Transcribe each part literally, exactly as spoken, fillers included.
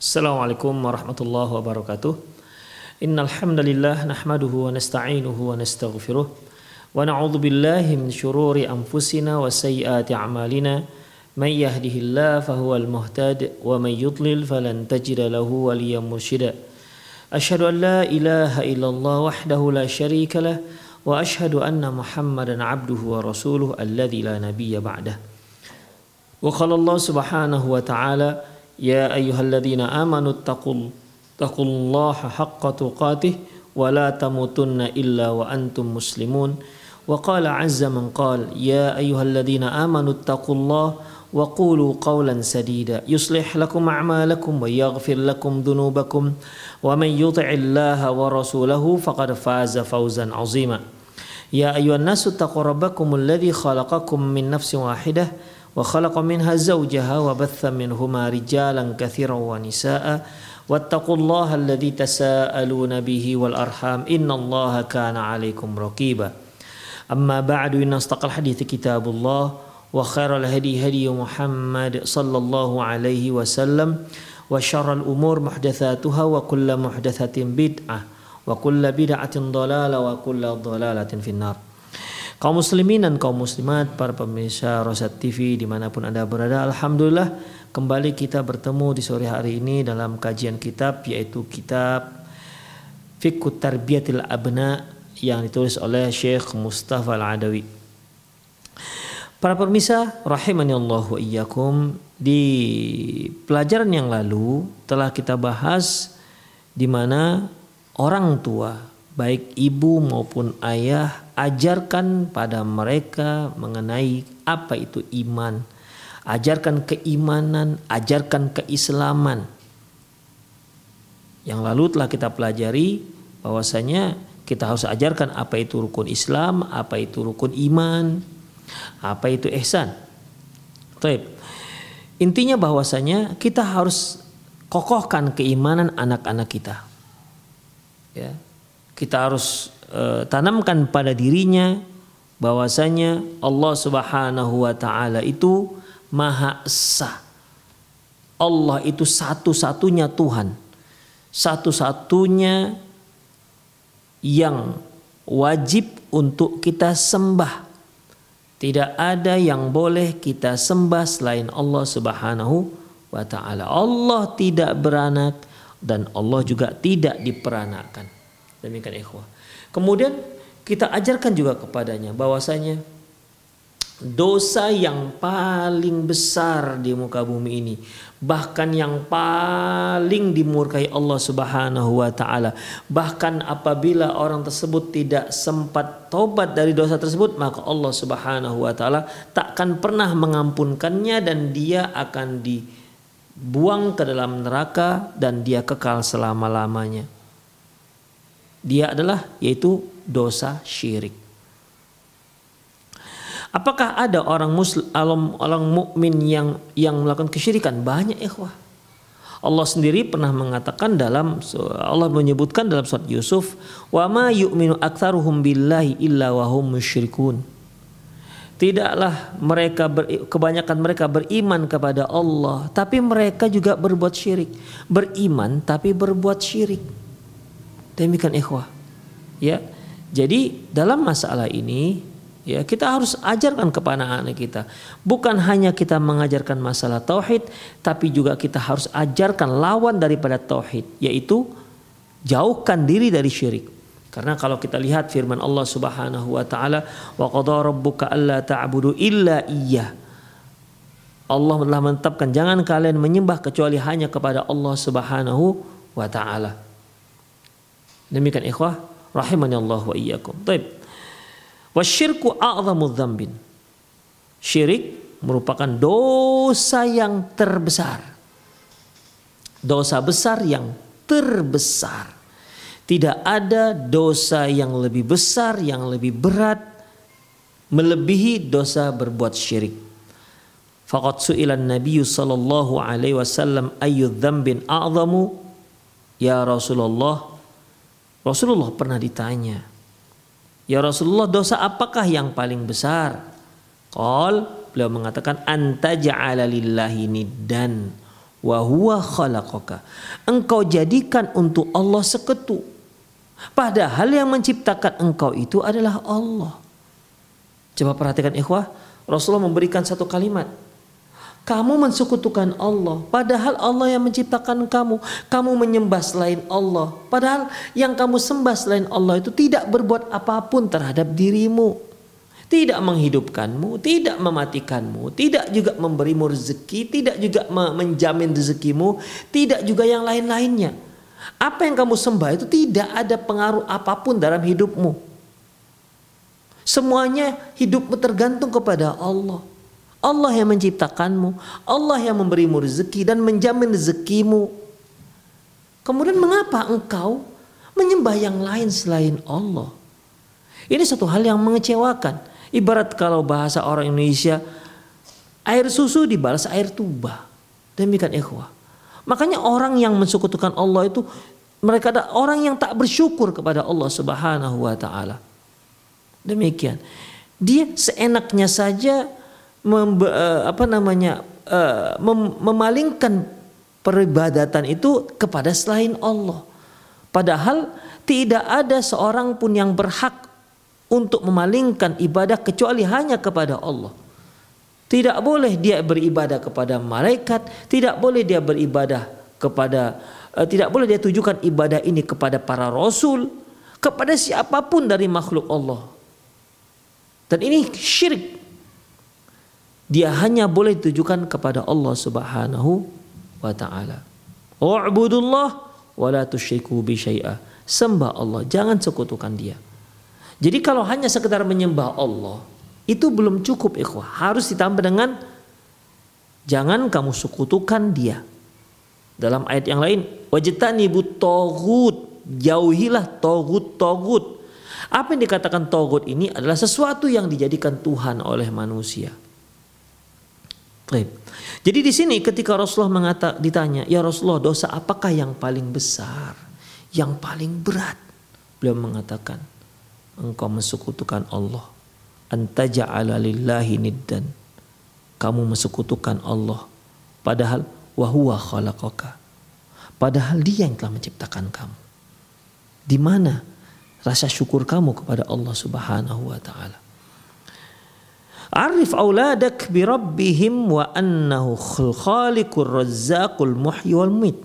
Assalamualaikum warahmatullahi wabarakatuh. Innal hamdalillah nahmaduhu wa nasta'inuhu wa nastaghfiruh wa na'udzu billahi min syururi anfusina wa sayyiati a'malina. May yahdihillahu fahuwal muhtadi wa may yudlil falan tajida lahu waliyyan mursyida. Asyhadu an la ilaha illallah wahdahu la syarika lah wa asyhadu anna Muhammadan 'abduhu wa rasuluhu alladzi la nabiyya ba'dah. Wa qala Allah subhanahu wa ta'ala ya ayyuhalladzina amanu taqul taqullaha haqqa tuqatih wa la tamutunna illa wa antum muslimun. Wa qala 'azza man qala ya ayyuhalladzina amanu taqullaha wa qulu qawlan sadida yuslih lakum a'malakum wa yaghfir lakum dhunubakum wa man yuti'illaha wa rasulahu faqad faza fawzan 'azima. Ya ayyuhan nasu taqu rabbakumul ladzi khalaqakum min nafsin wahidah wa khalaqa minha zawjaha wa batha minhuma rijalan katsiran wa nisaa wattaqullaha alladzi tasaaluna bihi wal arham innallaha kana 'alaikum raqiba. Amma ba'du, inna astaqal hadithi kitabullah wa khairal hadi hadi Muhammad sallallahu alaihi wasallam wa syarral umur muhdatsatuha wa kullu muhdatsatin bid'ah wa kullu bid'atin dhalalah wa kullu dhalalatin finnar. Kaum muslimin dan kaum muslimat, para pemirsa Rosyad T V dimanapun Anda berada, alhamdulillah kembali kita bertemu di sore hari ini dalam kajian kitab, yaitu kitab Fiqhut Tarbiyatil Abna yang ditulis oleh Syekh Mustafa Al-Adawi. Para pemirsa rahimani Allah wa iyyakum, di pelajaran yang lalu telah kita bahas di mana orang tua, baik ibu maupun ayah, ajarkan pada mereka mengenai apa itu iman. Ajarkan keimanan, ajarkan keislaman. Yang lalu telah kita pelajari bahwasanya kita harus ajarkan apa itu rukun Islam, apa itu rukun iman, apa itu ihsan. Baik. Intinya bahwasanya kita harus kokohkan keimanan anak-anak kita. Ya. Kita harus uh, tanamkan pada dirinya bahwasanya Allah Subhanahu wa taala itu Maha Esa. Allah itu satu-satunya Tuhan. Satu-satunya yang wajib untuk kita sembah. Tidak ada yang boleh kita sembah selain Allah Subhanahu wa taala. Allah tidak beranak dan Allah juga tidak diperanakkan. Demikian ikhwah. Kemudian kita ajarkan juga kepadanya bahwasanya dosa yang paling besar di muka bumi ini, bahkan yang paling dimurkai Allah Subhanahu wa taala, bahkan apabila orang tersebut tidak sempat tobat dari dosa tersebut, maka Allah Subhanahu wa taala takkan pernah mengampunkannya dan dia akan dibuang ke dalam neraka dan dia kekal selama-lamanya. Dia adalah yaitu dosa syirik. Apakah ada orang muslim, orang mukmin yang yang melakukan kesyirikan? Banyak, ikhwah. Allah sendiri pernah mengatakan dalam Allah menyebutkan dalam surat Yusuf, "Wa ma yu'minu aktsaruhum billahi illa wa hum musyrikun." Tidaklah mereka ber, kebanyakan mereka beriman kepada Allah, tapi mereka juga berbuat syirik. Beriman tapi berbuat syirik. Demikian ikhwah. Ya. Jadi dalam masalah ini ya kita harus ajarkan kepada anak kita. Bukan hanya kita mengajarkan masalah tauhid, tapi juga kita harus ajarkan lawan daripada tauhid, yaitu jauhkan diri dari syirik. Karena kalau kita lihat firman Allah Subhanahu wa taala, wa qadara rabbuka alla ta'budu illa iyyah. Allah telah menetapkan jangan kalian menyembah kecuali hanya kepada Allah Subhanahu wa taala. Demikian ikhwah rahimani Allah wa iyyakum. Baik. Wasyirku a'dhamu dzambin. Syirik merupakan dosa yang terbesar. Dosa besar yang terbesar. Tidak ada dosa yang lebih besar, yang lebih berat melebihi dosa berbuat syirik. Faqad su'ilan Nabi sallallahu alaihi wasallam ayyu dzambin a'dhamu ya Rasulullah. Rasulullah pernah ditanya, ya Rasulullah, dosa apakah yang paling besar? Qal, beliau mengatakan, anta ja'ala lillahi niddan wa huwa khalaqaka. Engkau jadikan untuk Allah sekutu. Padahal yang menciptakan engkau itu adalah Allah. Coba perhatikan ikhwah, Rasulullah memberikan satu kalimat. Kamu mensekutukan Allah, padahal Allah yang menciptakan kamu. Kamu menyembah selain Allah, padahal yang kamu sembah selain Allah itu tidak berbuat apapun terhadap dirimu. Tidak menghidupkanmu, tidak mematikanmu, tidak juga memberimu rezeki, tidak juga menjamin rezekimu, tidak juga yang lain-lainnya. Apa yang kamu sembah itu tidak ada pengaruh apapun dalam hidupmu. Semuanya hidupmu tergantung kepada Allah. Allah yang menciptakanmu, Allah yang memberimu rezeki dan menjamin rezekimu. Kemudian mengapa engkau menyembah yang lain selain Allah? Ini satu hal yang mengecewakan. Ibarat kalau bahasa orang Indonesia, air susu dibalas air tuba. Demikian ikhwah. Makanya orang yang mensekutukan Allah itu, mereka ada orang yang tak bersyukur kepada Allah Subhanahu wa taala. Demikian. Dia seenaknya saja Mem, uh, apa namanya uh, mem, memalingkan peribadatan itu kepada selain Allah. Padahal tidak ada seorang pun yang berhak untuk memalingkan ibadah kecuali hanya kepada Allah. Tidak boleh dia beribadah kepada malaikat, tidak boleh dia beribadah kepada uh, tidak boleh dia tujukan ibadah ini kepada para rasul, kepada siapapun dari makhluk Allah. Dan ini syirik. Dia hanya boleh ditujukan kepada Allah Subhanahu wa taala. Wa'budullah wa la tusyriku bi syai'a. Sembah Allah, jangan sekutukan Dia. Jadi kalau hanya sekedar menyembah Allah, itu belum cukup ikhwah. Harus ditambah dengan jangan kamu sekutukan Dia. Dalam ayat yang lain, wajtanibut taghut, jauhilah taghut-taghut. Apa yang dikatakan taghut ini adalah sesuatu yang dijadikan Tuhan oleh manusia. Jadi di sini ketika Rasulullah mengata, ditanya, ya Rasulullah, dosa apakah yang paling besar, yang paling berat? Beliau mengatakan, engkau mensekutukan Allah. Anta ja'ala lillahi niddan. Kamu mensekutukan Allah. Padahal wahuwa khalaqaka. Padahal Dia yang telah menciptakan kamu. Di mana rasa syukur kamu kepada Allah Subhanahu wa taala? Arif auladak bi rabbihim wa annahu khaliqur razzaqul muhyi wal mumit.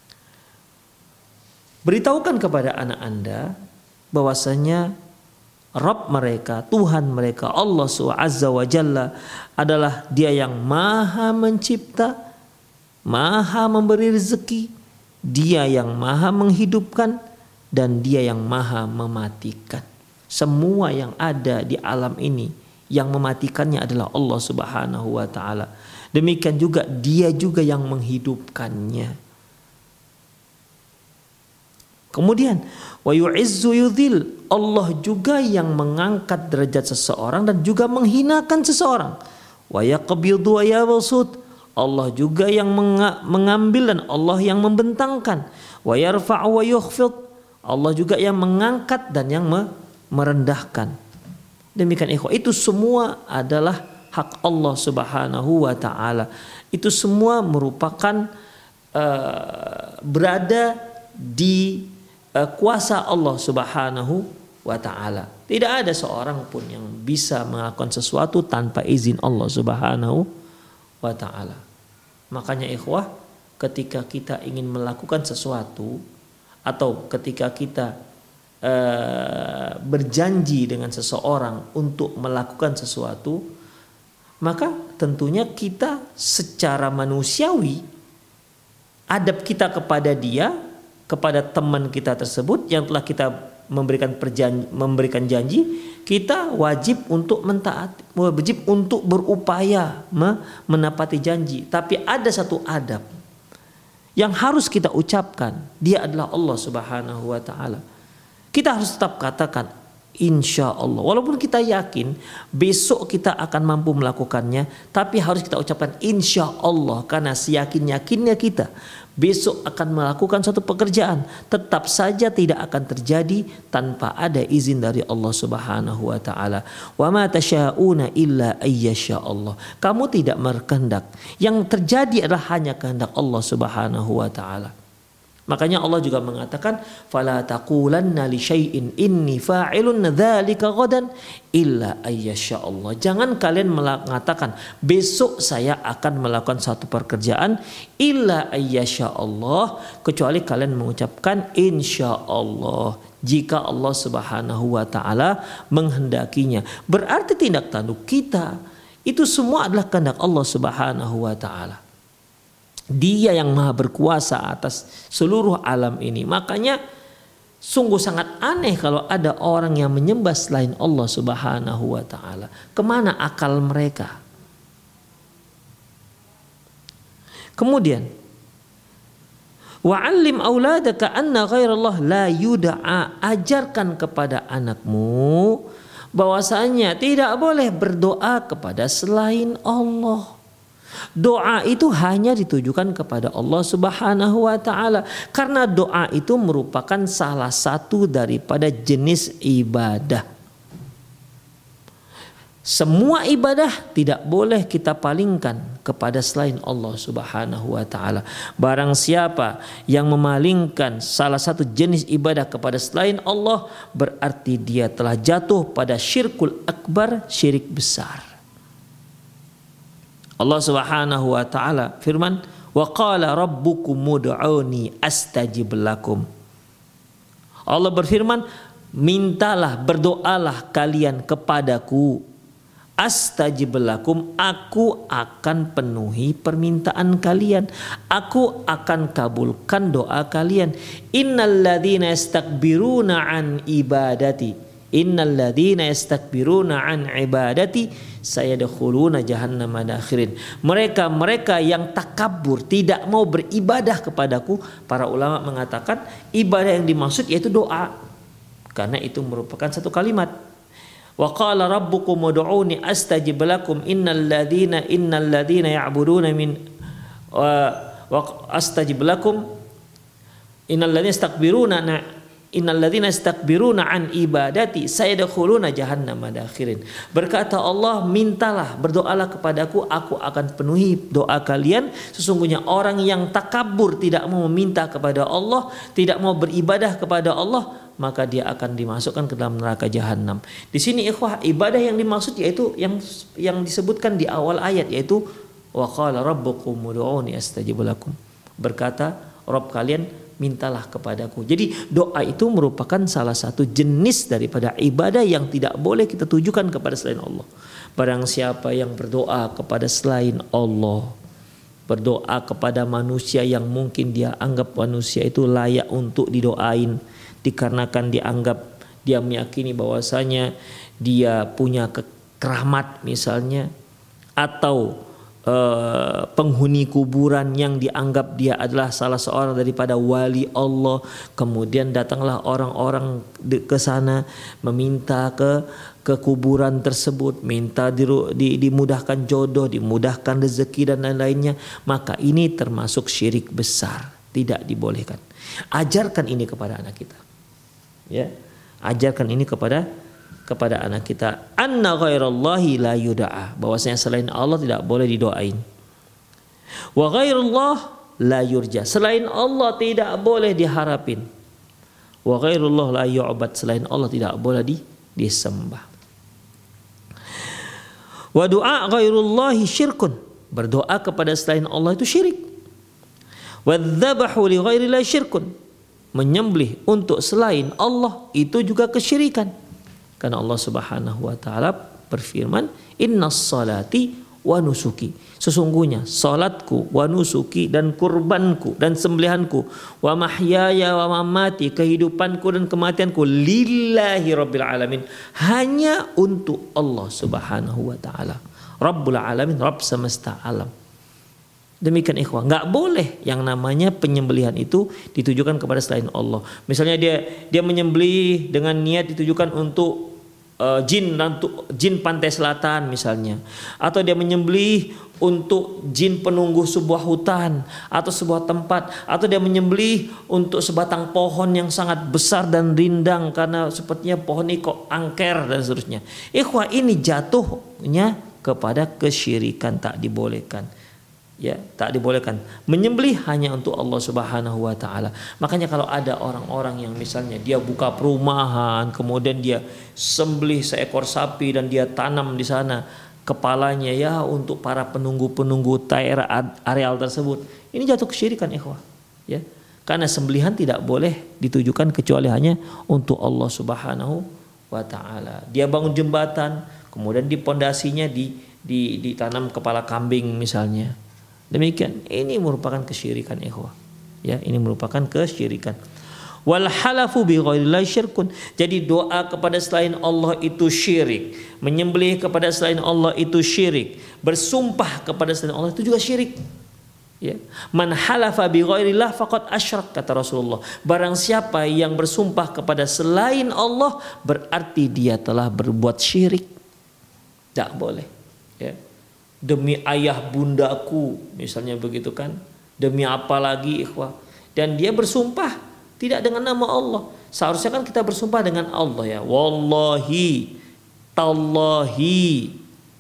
Beritahukan kepada anak Anda bahwasanya Rabb mereka, Tuhan mereka, Allah Azza wa Jalla adalah Dia yang Maha mencipta, Maha memberi rezeki, Dia yang Maha menghidupkan, dan Dia yang Maha mematikan. Semua yang ada di alam ini, yang mematikannya adalah Allah Subhanahu wa taala. Demikian juga Dia juga yang menghidupkannya. Kemudian wa yu'izzu yudhil, Allah juga yang mengangkat derajat seseorang dan juga menghinakan seseorang. Wa yaqbidu wa yabsut, Allah juga yang mengambil dan Allah yang membentangkan. Wa yarfa'u wa yukhfid, Allah juga yang mengangkat dan yang merendahkan. Demikian ikhwah, itu semua adalah hak Allah Subhanahu wa taala. Itu semua merupakan uh, berada di uh, kuasa Allah Subhanahu wa taala. Tidak ada seorang pun yang bisa melakukan sesuatu tanpa izin Allah Subhanahu wa taala. Makanya ikhwah, ketika kita ingin melakukan sesuatu atau ketika kita Uh, berjanji dengan seseorang untuk melakukan sesuatu, maka tentunya kita secara manusiawi, adab kita kepada dia, kepada teman kita tersebut yang telah kita memberikan perjanji, memberikan janji, kita wajib untuk mentaati, wajib untuk berupaya menepati janji. Tapi ada satu adab yang harus kita ucapkan, Dia adalah Allah Subhanahu wa taala. Kita harus tetap katakan, insya Allah. Walaupun kita yakin besok kita akan mampu melakukannya, tapi harus kita ucapkan insya Allah, karena seyakin-yakinnya kita besok akan melakukan suatu pekerjaan, tetap saja tidak akan terjadi tanpa ada izin dari Allah Subhanahu wa taala. Wa ma tasyauna illa ayyasha Allah. Kamu tidak berkehendak, yang terjadi adalah hanya kehendak Allah Subhanahu wa taala. Makanya Allah juga mengatakan, fala taqulanna li syai'in inni fa'ilun dzalika ghadan illa ayyasha Allah. Jangan kalian mengatakan besok saya akan melakukan satu pekerjaan illa ayyasha Allah, kecuali kalian mengucapkan insya Allah, jika Allah Subhanahu wa taala menghendakinya. Berarti tindak tanduk kita itu semua adalah kehendak Allah Subhanahu wa taala. Dia yang maha berkuasa atas seluruh alam ini. Makanya sungguh sangat aneh kalau ada orang yang menyembah selain Allah Subhanahu wa taala. Kemana akal mereka? Kemudian, wa'allim auladaka anna ghairallah la yud'a. Ajarkan kepada anakmu bahwasanya tidak boleh berdoa kepada selain Allah. Doa itu hanya ditujukan kepada Allah Subhanahu wa taala, karena doa itu merupakan salah satu daripada jenis ibadah. Semua ibadah tidak boleh kita palingkan kepada selain Allah Subhanahu wa taala. Barang siapa yang memalingkan salah satu jenis ibadah kepada selain Allah, berarti dia telah jatuh pada syirkul akbar, syirik besar. Allah Subhanahu wa taala firman, wa qala rabbukum ud'uni astajib lakum. Allah berfirman, mintalah, berdoalah kalian kepadaku, astajib lakum, aku akan penuhi permintaan kalian, aku akan kabulkan doa kalian. Innal ladzina yastakbiruna an ibadati, innal ladzina yastakbiruna an ibadati sayadkhuluna jahannama dakhirin. Mereka-mereka yang takabur, tidak mau beribadah kepadaku, para ulama mengatakan ibadah yang dimaksud yaitu doa, karena itu merupakan satu kalimat. Wa qala rabbukum ud'uni astajib lakum innal ladzina innal ladzina ya'buduna min wa astajib lakum innal ladzina yastakbiruna innal ladzina yastakbiruna an ibadati sayadkhuluna jahannama dakhirin. Berkata Allah, mintalah, berdoalah kepadaku, aku akan penuhi doa kalian. Sesungguhnya orang yang takabur, tidak mau meminta kepada Allah, tidak mau beribadah kepada Allah, maka dia akan dimasukkan ke dalam neraka jahanam. Di sini ikhwah, ibadah yang dimaksud yaitu yang yang disebutkan di awal ayat, yaitu wa qala rabbukum ud'uni astajib lakum. Berkata Rabb kalian, mintalah kepadaku. Jadi doa itu merupakan salah satu jenis daripada ibadah yang tidak boleh kita tujukan kepada selain Allah. Barang siapa yang berdoa kepada selain Allah, berdoa kepada manusia yang mungkin dia anggap manusia itu layak untuk didoain, dikarenakan dianggap, dia meyakini bahwasanya dia punya keramat misalnya, atau Uh, penghuni kuburan yang dianggap dia adalah salah seorang daripada wali Allah, kemudian datanglah orang-orang ke sana meminta ke ke kuburan tersebut, minta di, di, dimudahkan jodoh, dimudahkan rezeki dan lain-lainnya, maka ini termasuk syirik besar, tidak dibolehkan. Ajarkan ini kepada anak kita, ya, ajarkan ini kepada kepada anak kita, anna ghairallahi la yud'a, bahwasanya selain Allah tidak boleh didoain. Wa ghairullah la yurja, selain Allah tidak boleh diharapin. Wa ghairullah la yu'bad, selain Allah tidak boleh di, disembah. Wa du'a ghairullahi syirkun, berdoa kepada selain Allah itu syirik. Wa dzabahu li ghairillahi syirkun, menyembelih untuk selain Allah itu juga kesyirikan. Karena Allah Subhanahu wa taala berfirman, innas salati wa nusuki, sesungguhnya salatku, wa nusuki, dan kurbanku dan sembelihanku, wa mahyaya wa mamati, kehidupanku dan kematianku, lillahi rabbil alamin, hanya untuk Allah Subhanahu wa taala. Rabbul alamin, Rabb semesta alam. Demikian ikhwah, nggak boleh yang namanya penyembelihan itu ditujukan kepada selain Allah. Misalnya dia dia menyembelih dengan niat ditujukan untuk uh, jin untuk jin pantai selatan misalnya, atau dia menyembelih untuk jin penunggu sebuah hutan atau sebuah tempat, atau dia menyembelih untuk sebatang pohon yang sangat besar dan rindang karena sepertinya pohon ini kok angker dan seterusnya. Ikhwah, ini jatuhnya kepada kesyirikan, tak dibolehkan. Ya, tak dibolehkan. Menyembelih hanya untuk Allah Subhanahu wa taala. Makanya kalau ada orang-orang yang misalnya dia buka perumahan, kemudian dia sembelih seekor sapi dan dia tanam di sana kepalanya ya untuk para penunggu-penunggu daerah areal tersebut. Ini jatuh kesyirikan, ikhwah. Ya. Karena sembelihan tidak boleh ditujukan kecuali hanya untuk Allah Subhanahu wa taala. Dia bangun jembatan, kemudian di pondasinya di, di ditanam kepala kambing misalnya. Demikian, ini merupakan kesyirikan, ikhwah. Ya, ini merupakan kesyirikan. Wal halafu bi ghairillahi syirkun. Jadi doa kepada selain Allah itu syirik. Menyembelih kepada selain Allah itu syirik. Bersumpah kepada selain Allah itu juga syirik. Ya. Man halafa bi ghairillah faqad asyrak, kata Rasulullah. Barang siapa yang bersumpah kepada selain Allah berarti dia telah berbuat syirik. Tak boleh. Ya. Demi ayah bundaku misalnya begitu kan, demi apa lagi, ikhwah, dan dia bersumpah tidak dengan nama Allah. Seharusnya kan kita bersumpah dengan Allah, ya, wallahi, tallahi,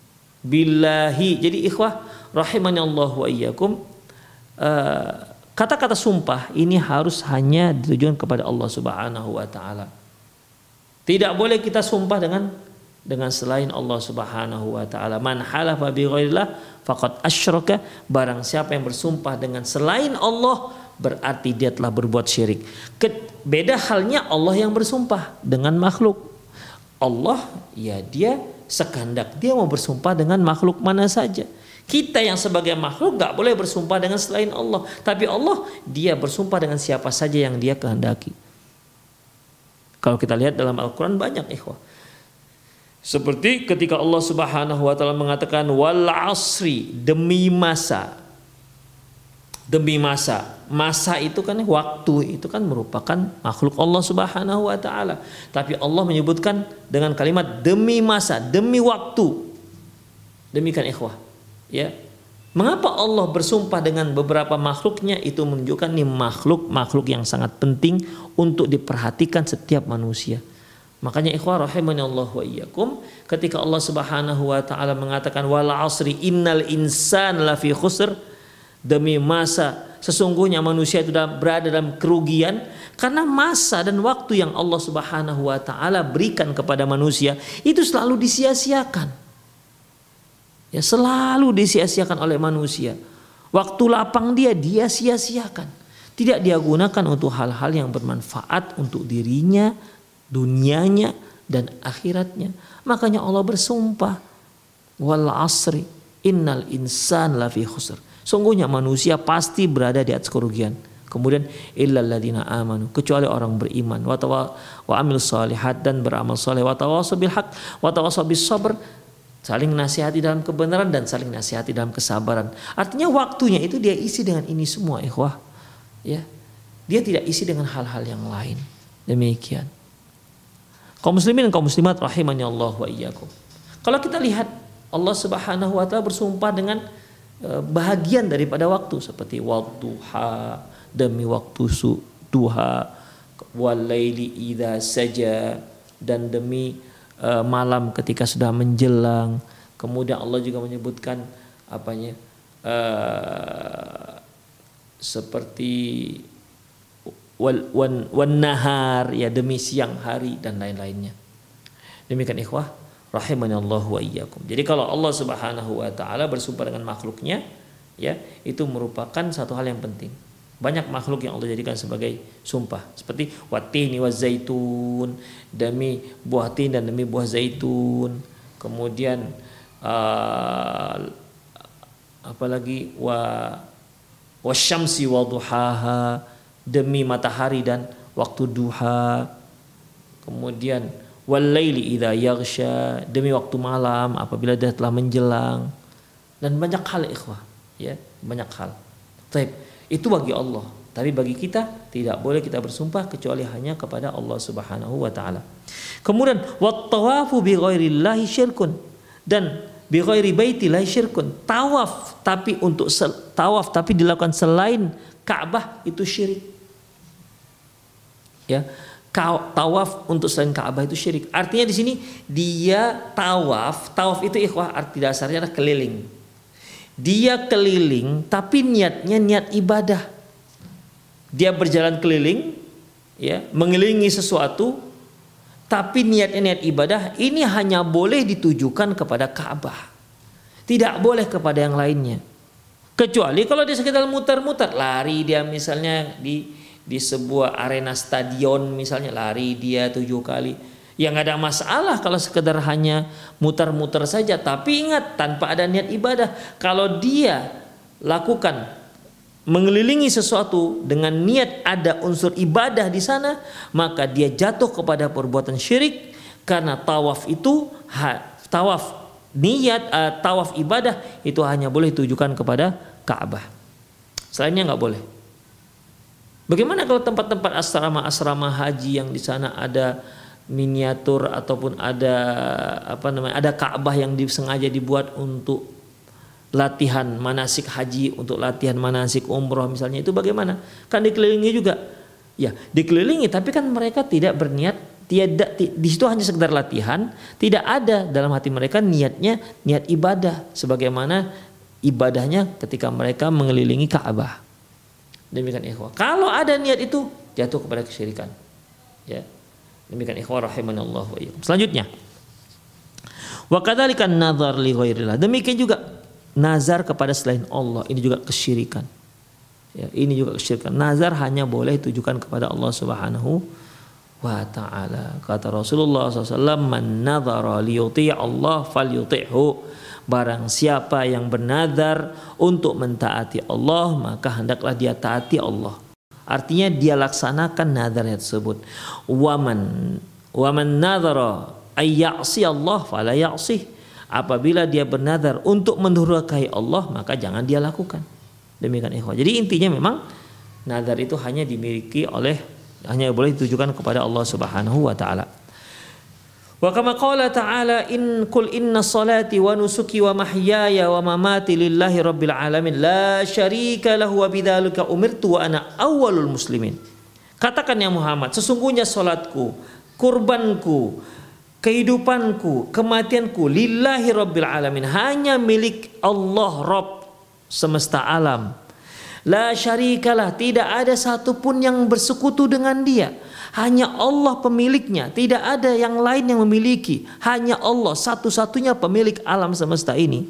billahi. Jadi ikhwah rahimani Allah wa iyyakum, uh, kata-kata sumpah ini harus hanya ditujukan kepada Allah Subhanahu wa taala. Tidak boleh kita sumpah dengan dengan selain Allah Subhanahu wa taala. Man halafa bi ghairillah faqad asyraka. Barang siapa yang bersumpah dengan selain Allah berarti dia telah berbuat syirik. Beda halnya Allah yang bersumpah dengan makhluk. Allah ya dia sekehendak dia mau bersumpah dengan makhluk mana saja. Kita yang sebagai makhluk enggak boleh bersumpah dengan selain Allah, tapi Allah dia bersumpah dengan siapa saja yang dia kehendaki. Kalau kita lihat dalam Al-Qur'an banyak, ikhwah. Seperti ketika Allah Subhanahu wa taala mengatakan wal asri, demi masa. Demi masa. Masa itu kan waktu, itu kan merupakan makhluk Allah Subhanahu wa taala. Tapi Allah menyebutkan dengan kalimat demi masa, demi waktu. Demikian, ikhwah. Ya. Mengapa Allah bersumpah dengan beberapa makhluknya? Itu menunjukkan nih makhluk-makhluk yang sangat penting untuk diperhatikan setiap manusia. Makanya ikhwah rahimani Allah wa iyyakum, ketika Allah Subhanahu wa taala mengatakan wal asri innal insana lafi khusr, demi masa sesungguhnya manusia itu berada dalam kerugian, karena masa dan waktu yang Allah Subhanahu wa taala berikan kepada manusia itu selalu disia-siakan. Ya, selalu disia-siakan oleh manusia. Waktu lapang dia dia sia-siakan. Tidak dia gunakan untuk hal-hal yang bermanfaat untuk dirinya, dunianya dan akhiratnya. Makanya Allah bersumpah wal asri innal insan lafi khusr. Sungguhnya manusia pasti berada di atas kerugian. Kemudian illal ladzina amanu, kecuali orang beriman, wa tawa wa amil shalihat, dan beramal saleh, wa tawassaw bil haq wa tawassaw bis sabr, saling nasihati dalam kebenaran dan saling nasihati dalam kesabaran. Artinya waktunya itu dia isi dengan ini semua, ikhwah. Ya. Dia tidak isi dengan hal-hal yang lain. Demikian. Kaum muslimin dan kaum muslimat rahimani Allah wa iyyakum. Kalau kita lihat Allah Subhanahu wa taala bersumpah dengan e, bahagian daripada waktu seperti wadduha, demi waktu duha, wal laili idza saja, dan demi e, malam ketika sudah menjelang. Kemudian Allah juga menyebutkan apanya? E, seperti Wan, wan, wan nahar, ya, demi siang hari dan lain-lainnya. Demikian ikhwah rahimani Allah wa iyyakum. Jadi kalau Allah Subhanahu wa taala bersumpah dengan makhluknya, ya, itu merupakan satu hal yang penting. Banyak makhluk yang Allah jadikan sebagai sumpah, seperti watini wa zaitun, demi buah tin dan demi buah zaitun. Kemudian uh, apalagi wa wasyamsi wa duhaha, demi matahari dan waktu duha. Kemudian wal laili idza yaghsha, demi waktu malam apabila dia telah menjelang. Dan banyak hal, ikhwah, ya. banyak hal. Taib, itu bagi Allah. Tapi bagi kita tidak boleh kita bersumpah kecuali hanya kepada Allah Subhanahu wa taala. Kemudian wat tawafu bi ghairillahi syirkun, dan bi ghairi baitillahi syirkun. Tawaf tapi untuk tawaf tapi dilakukan selain Ka'bah itu syirik. Ya, tawaf untuk selain Ka'bah itu syirik. Artinya di sini dia tawaf, tawaf itu ikhwah arti dasarnya adalah keliling. Dia keliling tapi niatnya niat ibadah. Dia berjalan keliling, ya, mengelilingi sesuatu, tapi niatnya niat ibadah. Ini hanya boleh ditujukan kepada Ka'bah, tidak boleh kepada yang lainnya. Kecuali kalau dia sekedar muter-muter, lari dia misalnya di di sebuah arena stadion misalnya, lari dia tujuh kali, ya nggak ada masalah kalau sekedar hanya muter-muter saja. Tapi ingat, tanpa ada niat ibadah. Kalau dia lakukan mengelilingi sesuatu dengan niat ada unsur ibadah di sana, maka dia jatuh kepada perbuatan syirik. Karena tawaf itu tawaf niat uh, tawaf ibadah itu hanya boleh ditujukan kepada Ka'bah, selainnya nggak boleh. Bagaimana kalau tempat-tempat asrama-asrama haji yang di sana ada miniatur ataupun ada apa namanya ada Ka'bah yang disengaja dibuat untuk latihan manasik haji, untuk latihan manasik umroh misalnya, itu bagaimana? Kan dikelilingi juga, ya dikelilingi, tapi kan mereka tidak berniat, tidak di situ hanya sekedar latihan, tidak ada dalam hati mereka niatnya niat ibadah, sebagaimana ibadahnya ketika mereka mengelilingi Ka'bah. Demikian ikhwah. Kalau ada niat itu jatuh kepada kesyirikan. Ya, demikian ikhwah rahimanallah wa iyyakum. Selanjutnya, wa kadzalika an-nazar li ghairillah. Demikian juga nazar kepada selain Allah, ini juga kesyirikan. Ya, ini juga kesyirikan. Nazar hanya boleh ditujukan kepada Allah Subhanahu wa taala. Kata Rasulullah shallallahu alaihi wasallam, "Man nazara liyuti' Allah falyuti'hu." Barang siapa yang bernazar untuk mentaati Allah, maka hendaklah dia taati Allah. Artinya dia laksanakan nazarnya tersebut. Waman waman nazara ay ya'si Allah fala ya'sih. Apabila dia bernazar untuk mendurhakai Allah, maka jangan dia lakukan. Demikian ikhwah. Jadi intinya memang nazar itu hanya dimiliki oleh, hanya boleh ditujukan kepada Allah Subhanahu wa taala. Wa kama qala ta'ala, in qul inna salati wa nusuki wa mahyaya wa mamati lillahi rabbil alamin la syarika lahu wa bidzalika umirtu wa ana awwalul muslimin. Katakan ya Muhammad, sesungguhnya salatku, kurbanku, kehidupanku, kematianku lillahi rabbil alamin, hanya milik Allah Rabb semesta alam. La syarikalah, tidak ada satupun yang bersekutu dengan dia. Hanya Allah pemiliknya, tidak ada yang lain yang memiliki. Hanya Allah satu-satunya pemilik alam semesta ini.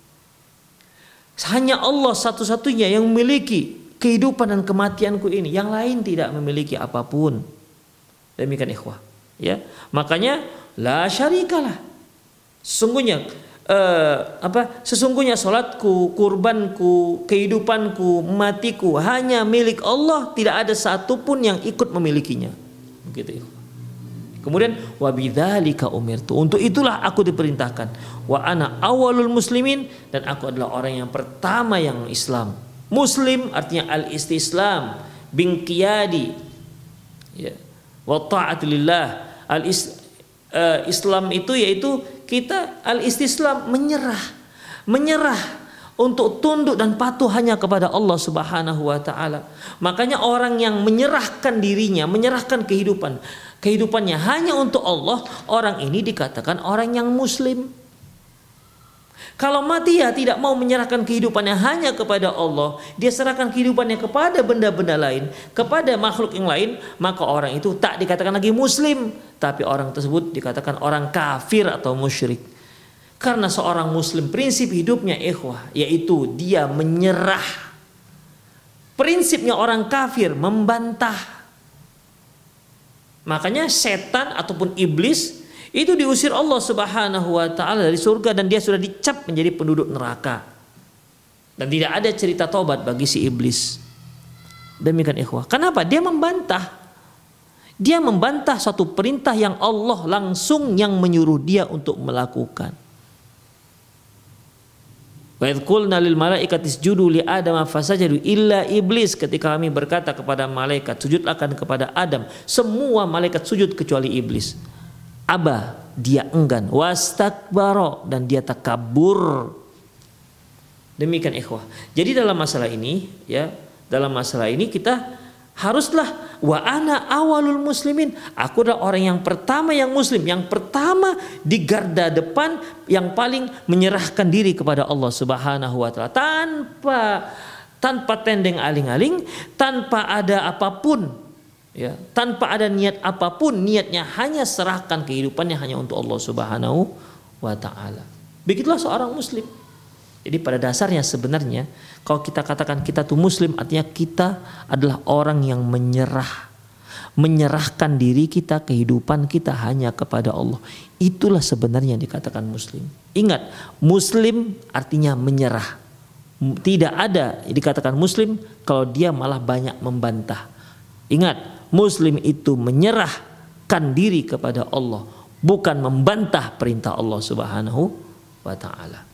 Hanya Allah satu-satunya yang memiliki kehidupan dan kematianku ini. Yang lain tidak memiliki apapun. Demikian ikhwah. Ya, makanya la syarikalah. Sesungguhnya uh, apa? Sesungguhnya salatku, kurbanku, kehidupanku, matiku hanya milik Allah, tidak ada satupun yang ikut memilikinya. Begitu. Kemudian wa bidzalika umirtu. Untuk itulah aku diperintahkan. Wa ana awwalul muslimin, dan aku adalah orang yang pertama yang Islam. Muslim artinya al-istislam, binqiyadi. Ya. Wa ta'atilillah. Al-Islam itu yaitu kita al-istislam, menyerah, menyerah untuk tunduk dan patuh hanya kepada Allah Subhanahu wa taala. Makanya orang yang menyerahkan dirinya, menyerahkan kehidupan, kehidupannya hanya untuk Allah, orang ini dikatakan orang yang muslim. Kalau mati ya tidak mau menyerahkan kehidupannya hanya kepada Allah, dia serahkan kehidupannya kepada benda-benda lain, kepada makhluk yang lain, maka orang itu tak dikatakan lagi muslim, tapi orang tersebut dikatakan orang kafir atau musyrik. Karena seorang muslim prinsip hidupnya ikhwah, yaitu dia menyerah. Prinsipnya orang kafir membantah. Makanya setan ataupun iblis itu diusir Allah Subhanahu wa taala dari surga, dan dia sudah dicap menjadi penduduk neraka. Dan tidak ada cerita taubat bagi si iblis. Demikian ikhwah. Kenapa? Dia membantah. Dia membantah suatu perintah yang Allah langsung yang menyuruh dia untuk melakukan. Wa idz qulna lil malaikati isjudu li Adam fasajadu illa iblis, ketika kami berkata kepada malaikat sujudlah kepada Adam, semua malaikat sujud kecuali iblis. Aba, dia enggan, wastakbara, dan dia takabur. Demikian ikhwah. Jadi dalam masalah ini ya, dalam masalah ini kita haruslah wa ana awalul muslimin, aku adalah orang yang pertama yang muslim, yang pertama di garda depan, yang paling menyerahkan diri kepada Allah Subhanahu wa taala tanpa tanpa tendeng aling-aling, tanpa ada apapun ya, tanpa ada niat apapun, niatnya hanya serahkan kehidupannya hanya untuk Allah Subhanahu wa taala. Begitulah seorang muslim. Jadi pada dasarnya sebenarnya kalau kita katakan kita tuh muslim, artinya kita adalah orang yang menyerah, menyerahkan diri kita, kehidupan kita hanya kepada Allah. Itulah sebenarnya yang dikatakan muslim. Ingat, muslim artinya menyerah. Tidak ada yang dikatakan muslim kalau dia malah banyak membantah. Ingat, muslim itu menyerahkan diri kepada Allah, bukan membantah perintah Allah Subhanahu wa taala.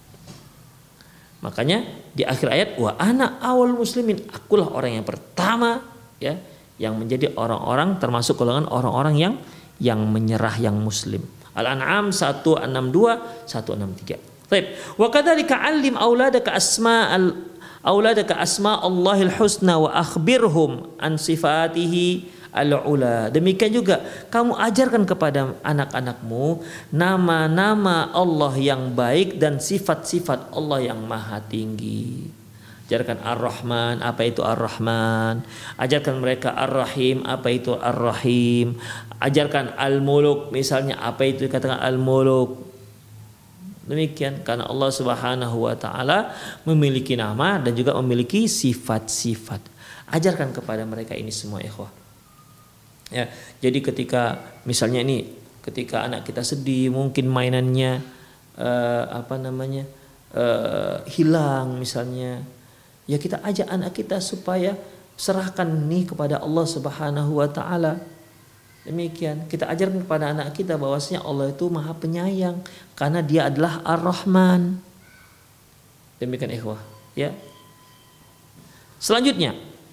Makanya di akhir ayat wa ana awal muslimin, akulah orang yang pertama ya yang menjadi orang-orang termasuk golongan orang-orang yang yang menyerah, yang muslim. Al-An'am seratus enam puluh dua seratus enam puluh tiga. Baik, wa kadzalika 'allim auladaka asma'al auladaka asma Allahil husna wa akhbirhum an sifatihi al-ula. Demikian juga kamu ajarkan kepada anak-anakmu nama-nama Allah yang baik dan sifat-sifat Allah yang maha tinggi. Ajarkan Ar-Rahman, apa itu Ar-Rahman. Ajarkan mereka Ar-Rahim, apa itu Ar-Rahim. Ajarkan Al-Muluk, misalnya apa itu dikatakan Al-Muluk. Demikian, karena Allah Subhanahu wa taala memiliki nama dan juga memiliki sifat-sifat. Ajarkan kepada mereka ini semua ikhwah. Ya, jadi ketika misalnya ini ketika anak kita sedih, mungkin mainannya uh, apa namanya uh, hilang misalnya, ya kita ajak anak kita supaya serahkan nih kepada Allah Subhanahu wa taala. Demikian, kita ajarkan kepada anak kita bahwasanya Allah itu Maha Penyayang karena Dia adalah Ar-Rahman. Demikian ikhwah, ya. Selanjutnya,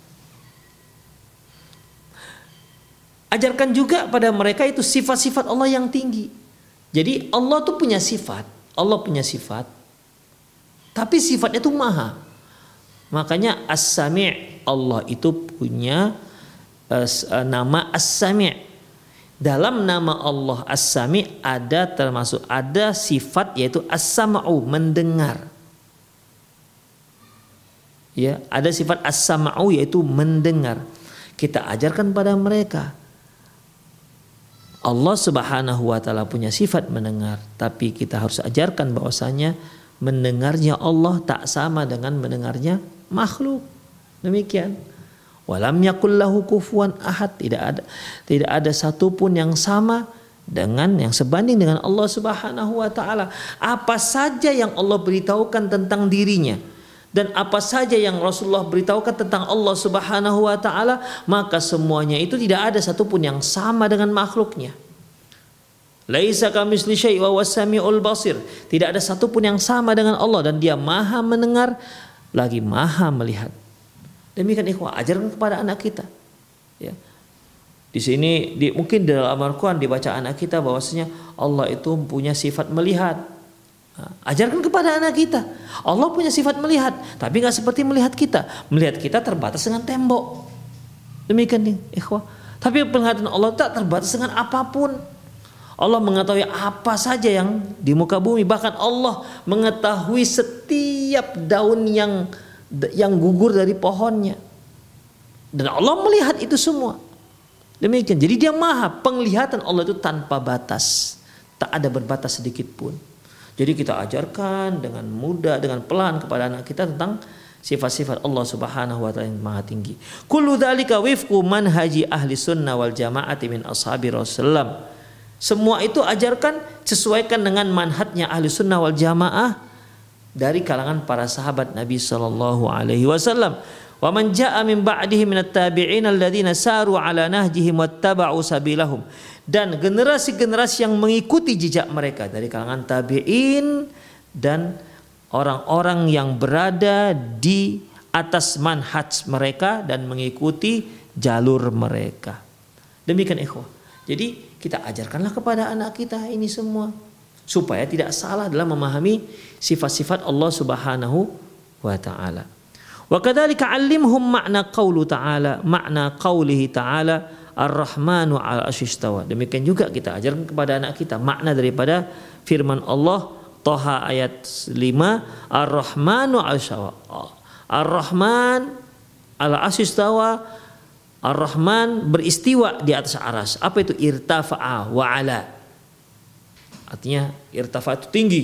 ajarkan juga pada mereka itu sifat-sifat Allah yang tinggi. Jadi Allah tuh punya sifat, Allah punya sifat, tapi sifatnya itu maha. Makanya As-Sami', Allah itu punya uh, nama As-Sami'. Dalam nama Allah As-Sami' ada termasuk ada sifat yaitu As-Sam'u, mendengar. Ya, ada sifat As-Sam'u yaitu mendengar. Kita ajarkan pada mereka. Allah Subhanahu wa taala punya sifat mendengar, tapi kita harus ajarkan bahwasanya mendengarnya Allah tak sama dengan mendengarnya makhluk. Demikian. Walam yakul lahu kufuwan ahad, tidak ada tidak ada satupun yang sama dengan yang sebanding dengan Allah Subhanahu wa taala. Apa saja yang Allah beritahukan tentang dirinya dan apa saja yang Rasulullah beritahukan tentang Allah Subhanahu wa taala, maka semuanya itu tidak ada satupun yang sama dengan makhluknya. Laisa kamitsli syai' wa huwas samiul basir. Tidak ada satupun yang sama dengan Allah dan Dia Maha mendengar lagi Maha melihat. Demikian ikhwah, ajarkan kepada anak kita. Ya. Di sini di, mungkin dalam Al-Quran dibaca anak kita bahwasanya Allah itu punya sifat melihat. Nah, ajarkan kepada anak kita, Allah punya sifat melihat, tapi nggak seperti melihat kita. Melihat kita terbatas dengan tembok. Demikian nih, ikhwah. Tapi penglihatan Allah tak terbatas dengan apapun. Allah mengetahui apa saja yang di muka bumi, bahkan Allah mengetahui setiap daun yang yang gugur dari pohonnya. Dan Allah melihat itu semua. Demikian. Jadi Dia maha, penglihatan Allah itu tanpa batas. Tak ada berbatas sedikit pun. Jadi kita ajarkan dengan mudah, dengan pelan kepada anak kita tentang sifat-sifat Allah Subhanahu wa taala yang maha tinggi. Kullu dzalika wifqu manhaji ahli sunnah wal jamaati min ashabi Rasulullah. Semua itu ajarkan, sesuaikan dengan manhajnya ahli sunnah wal jamaah dari kalangan para sahabat Nabi sallallahu alaihi wasallam. Wa man jaa min ba'dihim minat tabi'in alladziina saru ala nahjihim wattaba'u sabilahum. Dan generasi-generasi yang mengikuti jejak mereka dari kalangan tabi'in dan orang-orang yang berada di atas manhaj mereka dan mengikuti jalur mereka. Demikian ikhwah. Jadi kita ajarkanlah kepada anak kita ini semua supaya tidak salah dalam memahami sifat-sifat Allah Subhanahu wa taala. Wa kadzalika 'allimhum makna qaulu ta'ala, makna qaulihi ta'ala Ar-Rahmanu 'ala arsy istawa. Demikian juga kita ajarkan kepada anak kita makna daripada firman Allah Toha ayat lima, Ar-Rahmanu 'ala istawa. Ar-Rahman 'ala arsy istawa. Ar-Rahman beristiwa di atas aras. Apa itu? Irtafa'a wa 'ala. Artinya irtafa itu tinggi.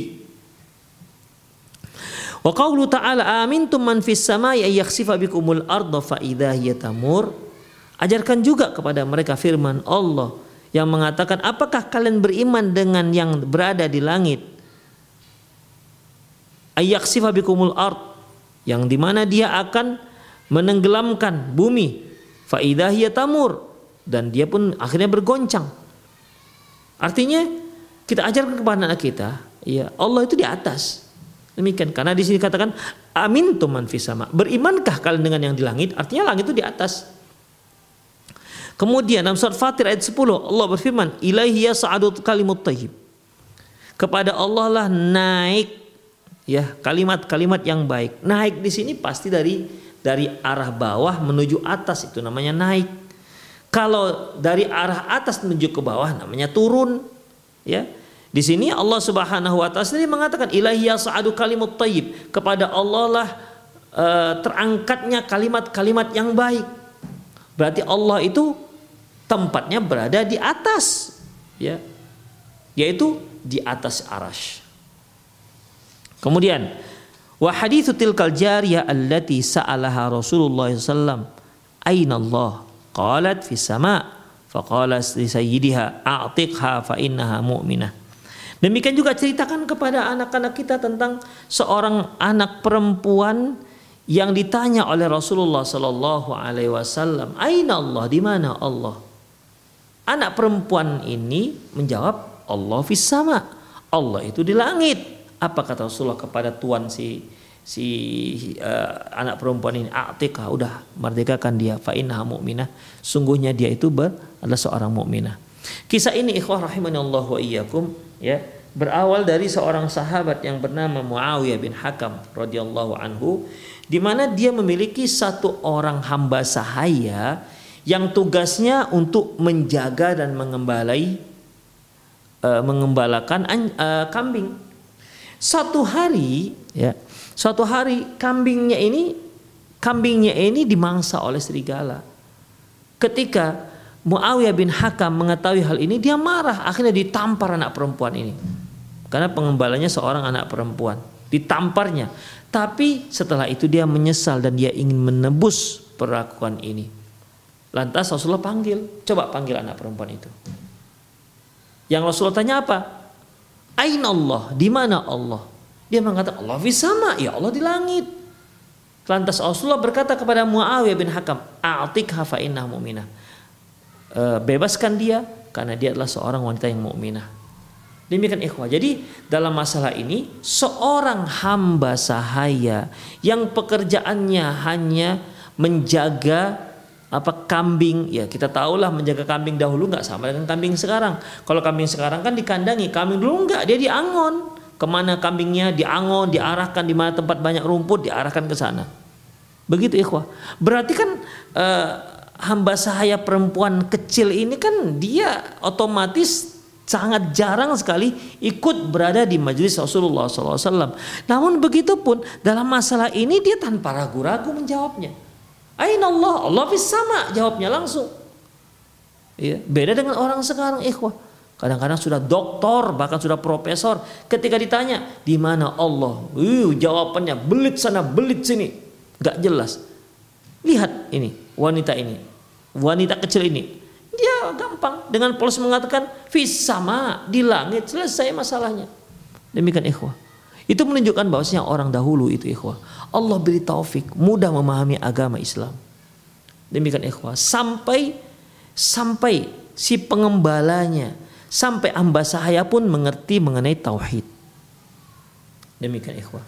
Wa qaulu ta'ala amintum man fis samai ay yakhsifa bikumul arda fa idza hiya tamur. Ajarkan juga kepada mereka firman Allah yang mengatakan, apakah kalian beriman dengan yang berada di langit? Ay yakhsifa bikumul ard, yang dimana dia akan menenggelamkan bumi. Fa idza hiya tamur, dan dia pun akhirnya bergoncang. Artinya kita ajarkan kepada anak kita, ya Allah itu di atas. Demikian, karena di sini katakan amintum man fis sama. Berimankah kalian dengan yang di langit? Artinya langit itu di atas. Kemudian dalam surat Fatir ayat sepuluh Allah berfirman, ilaihi yas'adul kalimut thayyib. Kepada Allah lah naik ya kalimat-kalimat yang baik. Naik di sini pasti dari dari arah bawah menuju atas, itu namanya naik. Kalau dari arah atas menuju ke bawah namanya turun. Ya. Di sini Allah Subhanahu wa taala sendiri mengatakan ilaihi yas'adu kalimut thayyib. Kepada Allah lah e, terangkatnya kalimat-kalimat yang baik. Berarti Allah itu tempatnya berada di atas, ya. Yaitu di atas arasy. Kemudian wa haditsu tilkal jariyah allati sa'alaha Rasulullah sallallahu alaihi wasallam aina Allah? Qalat fis sama' faqala li sayyidiha a'tiqha fa innaha mu'minah. Demikian juga ceritakan kepada anak-anak kita tentang seorang anak perempuan yang ditanya oleh Rasulullah sallallahu alaihi wasallam, aina Allah, di mana Allah? Anak perempuan ini menjawab, Allah fis sama', Allah itu di langit. Apa kata Rasulullah kepada tuan si si uh, anak perempuan ini? A'tiqha, udah merdekakan dia, fa innaha mu'minah, sungguhnya dia itu ber, adalah seorang mukminah. Kisah ini ikhwah rahimani Allah wa iyyakum, ya, berawal dari seorang sahabat yang bernama Muawiyah bin Hakam radhiyallahu anhu, di mana dia memiliki satu orang hamba sahaya yang tugasnya untuk menjaga dan mengembalai uh, mengembalakan uh, kambing. Satu hari, ya, suatu hari kambingnya ini kambingnya ini dimangsa oleh serigala. Ketika Muawiyah bin Hakam mengetahui hal ini, dia marah, akhirnya ditampar anak perempuan ini. Karena pengembalanya seorang anak perempuan, ditamparnya. Tapi setelah itu dia menyesal dan dia ingin menebus perlakuan ini. Lantas Rasulullah panggil, coba panggil anak perempuan itu. Yang Rasulullah tanya apa? Aina Allah, di mana Allah? Dia mengatakan Allah fis sama', ya Allah di langit. Lantas Rasulullah berkata kepada Muawiyah bin Hakam, a'tiqha fa innaha mu'minah. E, bebaskan dia karena dia adalah seorang wanita yang mukminah. Demikian ikhwah. Jadi dalam masalah ini seorang hamba sahaya yang pekerjaannya hanya menjaga apa kambing, ya kita tahulah menjaga kambing dahulu nggak sama dengan kambing sekarang. Kalau kambing sekarang kan dikandangi, kambing dulu nggak, dia diangon. Kemana kambingnya diangon, diarahkan, di mana tempat banyak rumput diarahkan ke sana. Begitu ikhwah. Berarti kan eh, hamba sahaya perempuan kecil ini kan dia otomatis sangat jarang sekali ikut berada di majelis Rasulullah shallallahu alaihi wasallam. Namun begitu pun dalam masalah ini dia tanpa ragu-ragu menjawabnya. Aina Allah, Allah fis sama', jawabnya langsung. Ya, beda dengan orang sekarang ikhwah. Kadang-kadang sudah doktor, bahkan sudah profesor, ketika ditanya di mana Allah, uh, jawabannya belit sana belit sini, gak jelas. Lihat ini wanita ini, wanita kecil ini, dia gampang dengan polos mengatakan fis sama', di langit, selesai masalahnya. Demikian ikhwah. Itu menunjukkan bahwasanya orang dahulu itu ikhwah, Allah beri taufik, mudah memahami agama Islam. Demikian ikhwah, sampai sampai si pengembalanya, sampai hamba sahaya pun mengerti mengenai tauhid. Demikian ikhwah.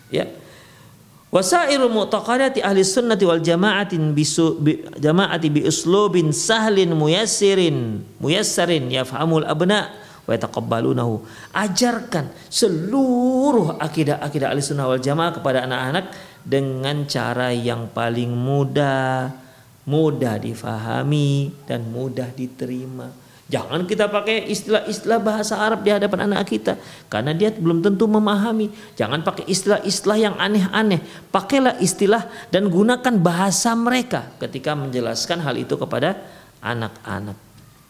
Ya. Wasairul mu'taqadati ahli sunnati wal jama'atin bisu bi, jama'ati bi uslubin sahlin muyassirin muyassarin yafhamul abna wa yataqabbalunahu. Ajarkan seluruh akidah-akidah ahli sunnah wal jamaah kepada anak-anak dengan cara yang paling mudah, mudah difahami dan mudah diterima. Jangan kita pakai istilah-istilah bahasa Arab di hadapan anak kita, karena dia belum tentu memahami. Jangan pakai istilah-istilah yang aneh-aneh. Pakailah istilah dan gunakan bahasa mereka ketika menjelaskan hal itu kepada anak-anak.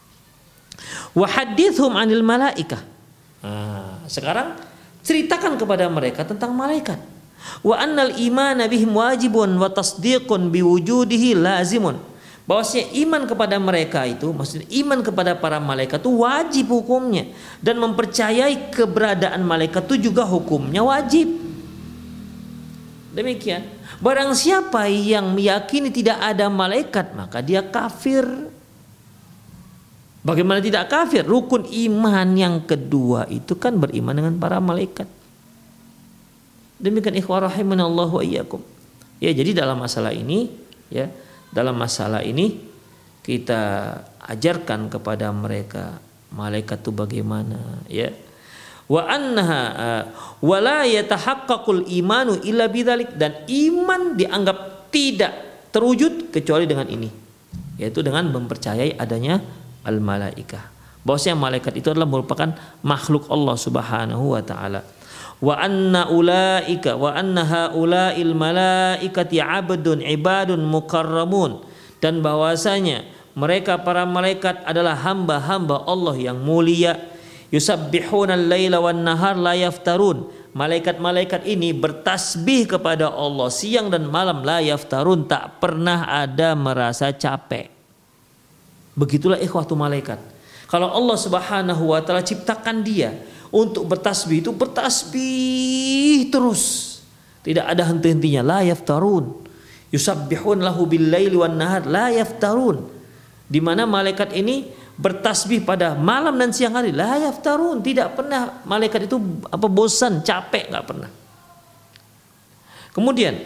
Wa hadithum 'anil malaikah. Nah, sekarang ceritakan kepada mereka tentang malaikat. Wa annal imana bihim wajibun wa tasdiqun biwujudihi lazimun. Bahwasanya iman kepada mereka itu, maksudnya iman kepada para malaikat itu wajib hukumnya, dan mempercayai keberadaan malaikat itu juga hukumnya wajib. Demikian. Barang siapa yang meyakini tidak ada malaikat, maka dia kafir. Bagaimana tidak kafir? Rukun iman yang kedua itu kan beriman dengan para malaikat. Demikian ikhwah rahimanallahu wa iyyakum. Ya, jadi dalam masalah ini, ya, dalam masalah ini kita ajarkan kepada mereka malaikat itu bagaimana, ya. Wa annaha wa la yatahaqqaqul imanu illa bidzalik, dan iman dianggap tidak terwujud kecuali dengan ini, yaitu dengan mempercayai adanya al malaikah. Bahwasanya malaikat itu adalah merupakan makhluk Allah Subhanahu wa taala. Wa anna ulaika wa anna haula'il malaikati 'abdun 'ibadun mukarramun, dan bahwasanya mereka para malaikat adalah hamba-hamba Allah yang mulia. Yusabbihuna al-laila wan nahar la yaftarun. Malaikat-malaikat ini bertasbih kepada Allah siang dan malam, la yaftarun, tak pernah ada merasa capek. Begitulah ikhwatu malaikat. Kalau Allah Subhanahu wa taala ciptakan dia untuk bertasbih, itu bertasbih terus, tidak ada henti-hentinya. La yaftarun. Yusabbihun lahu bil laili wan nahar la yaftarun. Di mana malaikat ini bertasbih pada malam dan siang hari, la yaftarun, tidak pernah malaikat itu apa bosan, capek, enggak pernah. Kemudian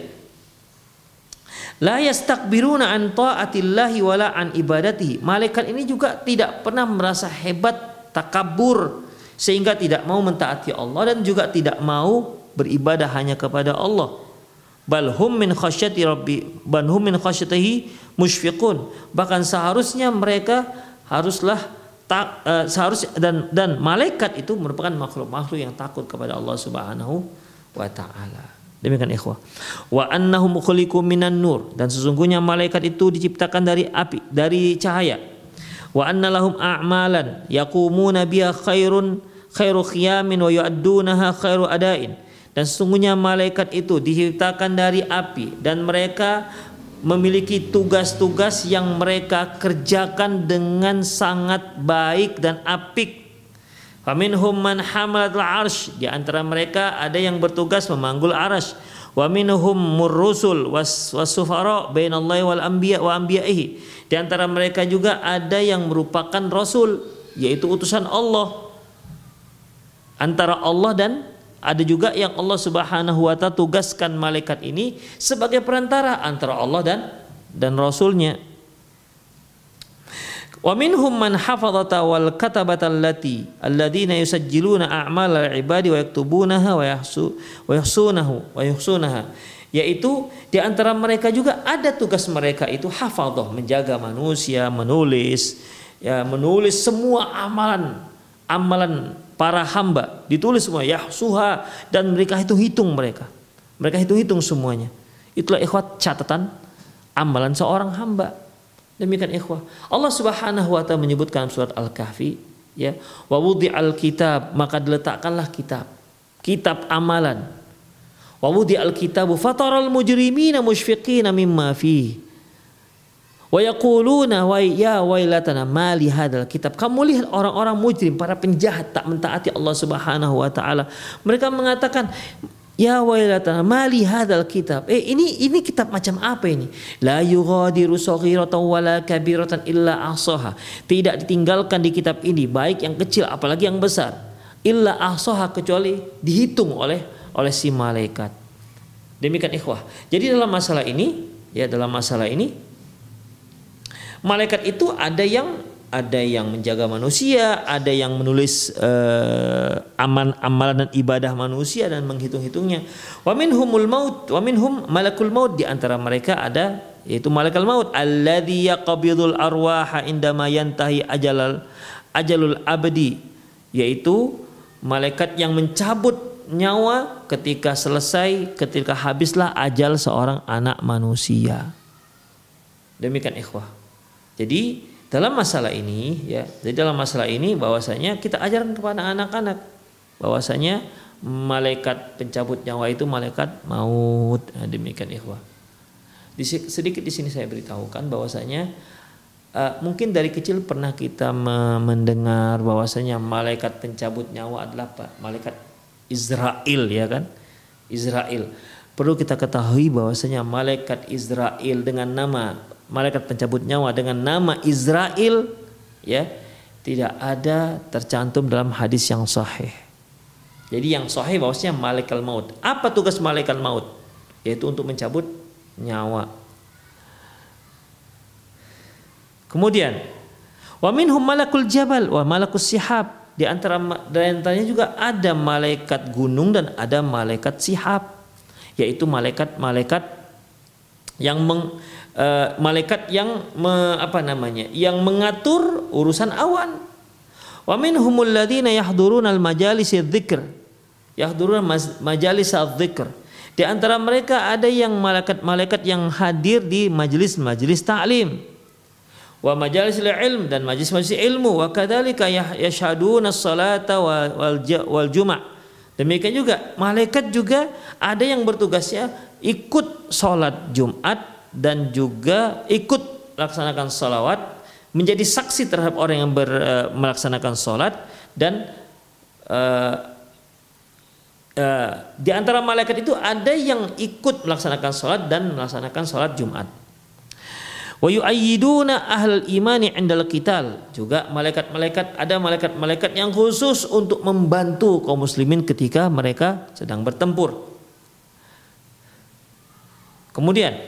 la yastakbiruna an taatillahi wala an ibadatihi. Malaikat ini juga tidak pernah merasa hebat, takabur, sehingga tidak mau mentaati Allah dan juga tidak mau beribadah hanya kepada Allah. Bal hum min khasyati rabbi bal hum min khasyatihi musyfiqun. Bahkan seharusnya mereka haruslah tak, uh, seharusnya dan dan malaikat itu merupakan makhluk-makhluk yang takut kepada Allah Subhanahu wa taala. Demikian ikhwah. Wa annahum khuliqu minan nur, dan sesungguhnya malaikat itu diciptakan dari api, dari cahaya. Wa anna lahum a'malan yaqumuna biha khairun khairu khiyamin wa yu'addunaha khairu adain, dan sesungguhnya malaikat itu diciptakan dari api dan mereka memiliki tugas-tugas yang mereka kerjakan dengan sangat baik dan apik. Faminhum man hamalatul arsy, di antara mereka ada yang bertugas memanggul arsy. Wa minhum murrusul wasufara bainallahi wal anbiya wa anbiya'ihi, di antara mereka juga ada yang merupakan rasul, yaitu utusan Allah antara Allah, dan ada juga yang Allah Subhanahu wa taala tugaskan malaikat ini sebagai perantara antara Allah dan dan rasulnya. Wa minhum man hafadhata wal katabata allati alladziina yusajjiluna a'mal al-ibadi wa yaktubunaha wa yahsu wa yahsunahu wa yahsunaha, yaitu di antara mereka juga ada tugas mereka itu hafadhah, menjaga manusia, menulis, ya, menulis semua amalan amalan para hamba, ditulis semua, yahsuha, dan mereka hitung-hitung mereka. Mereka hitung-hitung semuanya. Itulah ikhwat catatan amalan seorang hamba. Demikian ikhwah. Allah Subhanahu wa taala menyebutkan surat Al-Kahfi, ya, wa wudi'al kitab, maka diletakkanlah kitab, kitab amalan. Wa wudi'al kitabu fataral mujrimina musyfiqina mimma fihi. Wa yaquluna wa ya wailatana ma li hadzal kitab. Kamu lihat orang-orang mujrim, para penjahat tak mentaati Allah Subhanahu wa taala. Mereka mengatakan, ya wailatana ma li hadzal kitab. Eh ini ini kitab macam apa ini? La yughadiru saghiratan wala kabiratan illa ahsaha. Tidak ditinggalkan di kitab ini baik yang kecil apalagi yang besar. Illa ahsaha, kecuali dihitung oleh oleh si malaikat. Demikian ikhwah. Jadi dalam masalah ini, ya dalam masalah ini malaikat itu ada yang ada yang menjaga manusia, ada yang menulis uh, aman amalan dan ibadah manusia dan menghitung-hitungnya. Wa minhumul maut, wa minhum malakul maut, di antara mereka ada yaitu malaikat maut alladzi yaqbidul arwaha indama yantahi ajalal ajalul abdi, yaitu malaikat yang mencabut nyawa ketika selesai, ketika habislah ajal seorang anak manusia. Demikian ikhwah. Jadi dalam masalah ini ya, jadi dalam masalah ini bahwasanya kita ajarkan kepada anak-anak bahwasanya malaikat pencabut nyawa itu malaikat maut. Nah, demikian ikhwah. Di, sedikit di sini saya beritahukan bahwasanya uh, mungkin dari kecil pernah kita mendengar bahwasanya malaikat pencabut nyawa adalah apa? Malaikat Israel, ya kan? Israel. Perlu kita ketahui bahwasanya malaikat Israel dengan nama malaikat pencabut nyawa dengan nama Israel, ya, tidak ada tercantum dalam hadis yang sahih. Jadi yang sahih bahwasanya malaikat maut. Apa tugas malaikat maut? Yaitu untuk mencabut nyawa. Kemudian wa minhum malakul jabal wa malakus sihab. Di antara di antaranya juga ada malaikat gunung dan ada malaikat sihab, yaitu malaikat-malaikat yang meng, uh, malaikat yang me, apa namanya? yang mengatur urusan awan. Wa minhumul ladzina yahduruna al-majalis adz-dzikr. Yahduruna majalis adz-dzikr. Di antara mereka ada yang malaikat-malaikat yang hadir di majelis-majelis ta'lim. Wa majalisil ilm, dan majlis-majlis ilmu. Wa kadzalika yashhaduna as-salata wal wal juma'. Demikian juga malaikat juga ada yang bertugasnya ikut sholat Jumat dan juga ikut melaksanakan sholawat, menjadi saksi terhadap orang yang ber, uh, melaksanakan sholat, dan uh, uh, di antara malaikat itu ada yang ikut melaksanakan sholat dan melaksanakan sholat Jumat. Wa yu'ayyiduna ahlal imani 'indal qital. Juga malaikat-malaikat, ada malaikat-malaikat yang khusus untuk membantu kaum muslimin ketika mereka sedang bertempur. Kemudian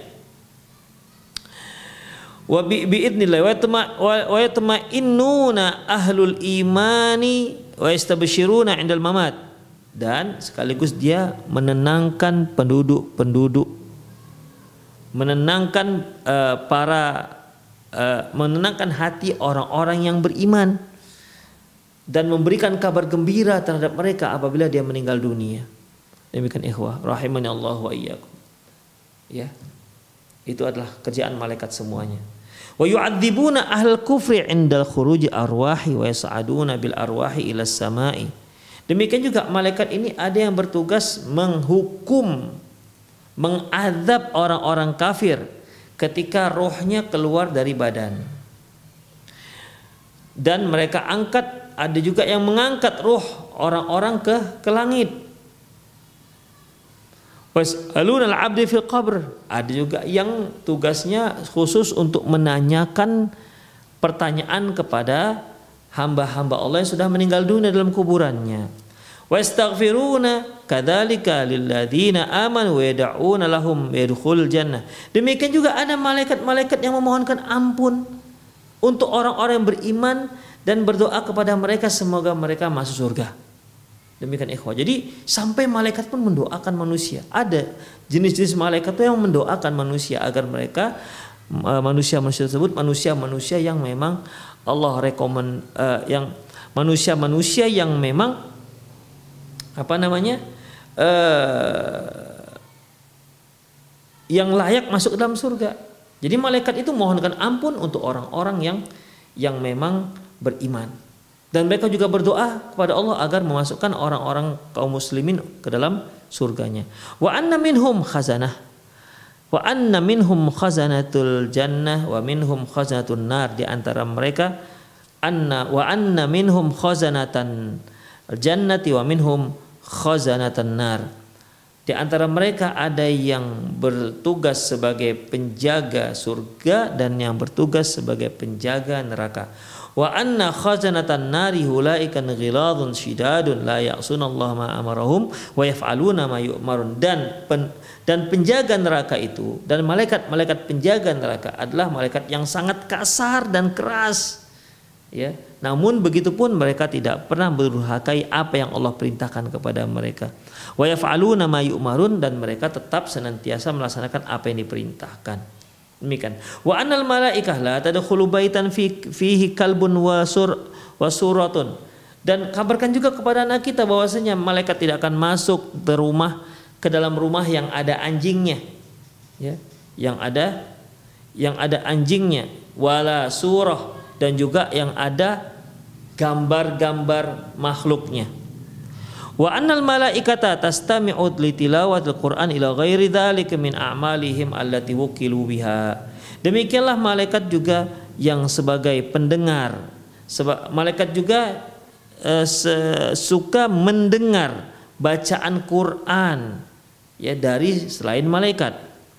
wa bi idznillah wa yatma'innuna ahlul imani wa yastabshiruna 'indal mamat. Dan sekaligus dia menenangkan penduduk-penduduk, menenangkan uh, para uh, menenangkan hati orang-orang yang beriman dan memberikan kabar gembira terhadap mereka apabila dia meninggal dunia. Demikian ikhwah rahimani Allah wa iyyakum. Ya. Itu adalah kerjaan malaikat semuanya. Wa yu'adzibuna ahlal kufri 'indal khuruji arwahi wa yas'aduna bil arwahi ila samai. Demikian juga malaikat ini ada yang bertugas menghukum, mengadab orang-orang kafir ketika rohnya keluar dari badan, dan mereka angkat, ada juga yang mengangkat roh orang-orang ke ke langit. Was'aluna al-'abdi fil qabr, ada juga yang tugasnya khusus untuk menanyakan pertanyaan kepada hamba-hamba Allah yang sudah meninggal dunia dalam kuburannya. Wastaghfiruna kadzalika lilladzina amanu wa yad'una lahum yadkhul jannah. Demikian juga ada malaikat-malaikat yang memohonkan ampun untuk orang-orang yang beriman dan berdoa kepada mereka semoga mereka masuk surga. Demikian ikhwah. Jadi sampai malaikat pun mendoakan manusia. Ada jenis-jenis malaikat yang mendoakan manusia agar mereka manusia-manusia tersebut manusia-manusia yang memang Allah rekomend, uh, yang manusia-manusia yang memang apa namanya uh, yang layak masuk ke dalam surga. Jadi malaikat itu mohonkan ampun untuk orang-orang yang yang memang beriman, dan mereka juga berdoa kepada Allah agar memasukkan orang-orang kaum muslimin ke dalam surganya. Wa anna minhum khazanah wa anna minhum khazanatul jannah wa minhum khazanatun nar. Di antara mereka anna wa anna minhum khazanatan jannati wa minhum khazanatan nar. Di antara mereka ada yang bertugas sebagai penjaga surga dan yang bertugas sebagai penjaga neraka. Wa anna khazanatan nari hulaikan ghiladun syidadun la ya'sunallaha ma amarahum wa yaf'aluna ma yu'marun. Dan pen, dan penjaga neraka itu dan malaikat-malaikat penjaga neraka adalah malaikat yang sangat kasar dan keras. Ya, namun begitupun mereka tidak pernah mendurhakai apa yang Allah perintahkan kepada mereka. Wa yaf'aluna ma yu'marun, dan mereka tetap senantiasa melaksanakan apa yang diperintahkan. Demikian. Wa annal malaikah la tadkhulu baitan fi, fihi kalbun wa sur wa suratun. Dan kabarkan juga kepada anak kita bahwasanya malaikat tidak akan masuk ke rumah ke dalam rumah yang ada anjingnya. Ya, yang ada yang ada anjingnya, wala surah, dan juga yang ada gambar-gambar makhluknya. Wa annal malaikata tastami'u li tilawatil Qur'an ila ghairi dzalika min a'malihim allati wukilu biha. Demikianlah malaikat juga yang sebagai pendengar. Sebab malaikat juga eh, suka mendengar bacaan Quran ya dari selain malaikat.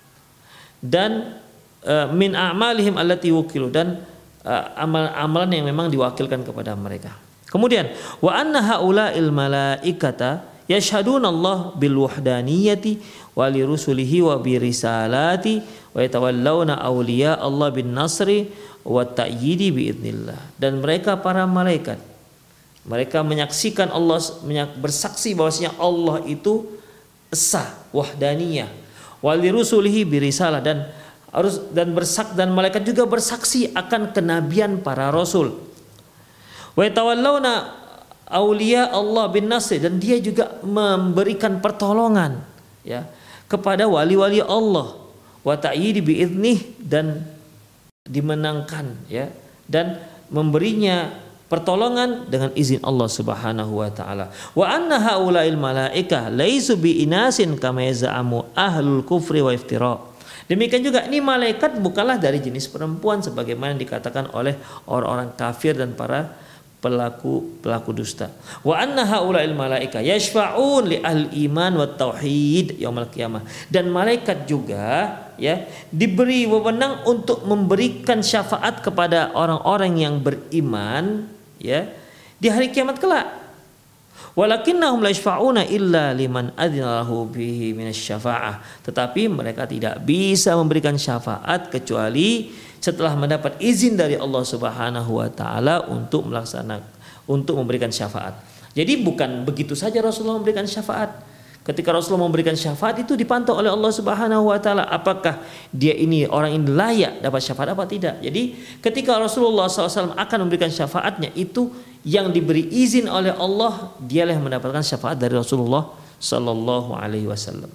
Dan eh, min a'malihim allati wukilu, dan amal-amalan yang memang diwakilkan kepada mereka. Kemudian wa anna haula'il malaikata yashhaduna Allah bil wahdaniyati wa li rusulihi wa bi risalati wa yatawallawna awliya Allah bin nasri wa ta'yidi bi idznillah. Dan mereka para malaikat, mereka menyaksikan Allah, bersaksi bahwasanya Allah itu esa, wahdaniyah, wa li rusulihi bi risalah, dan harus dan bersak dan malaikat juga bersaksi akan kenabian para rasul. Wa tawallawna auliya Allah bin nasr, dan dia juga memberikan pertolongan ya kepada wali-wali Allah, wa ta'yidi bi idnih, dan dimenangkan ya dan memberinya pertolongan dengan izin Allah Subhanahu wa taala. Wa anna haula'il malaikah laisu bi inasin kama yaz'amu ahlul kufri wa iftira. Demikian juga ini malaikat bukanlah dari jenis perempuan sebagaimana dikatakan oleh orang-orang kafir dan para pelaku pelaku dusta. Wa anna haula'il malaika yashfa'un li ahli iman wat tauhid yaumil qiyamah. Dan malaikat juga ya diberi wewenang untuk memberikan syafaat kepada orang-orang yang beriman ya di hari kiamat kelak. Walakinnahum la yashfa'una illa liman adzina lahu bihi minasyafa'ah. Tetapi mereka tidak bisa memberikan syafaat kecuali setelah mendapat izin dari Allah Subhanahu wa taala untuk melaksanakan untuk memberikan syafaat. Jadi bukan begitu saja Rasulullah memberikan syafaat. Ketika Rasulullah memberikan syafaat itu dipantau oleh Allah Subhanahu wa taala apakah dia ini orang ini layak dapat syafaat apa tidak. Jadi ketika Rasulullah shallallahu alaihi wasallam akan memberikan syafaatnya, itu yang diberi izin oleh Allah, dialah yang mendapatkan syafaat dari Rasulullah sallallahu alaihi wasallam.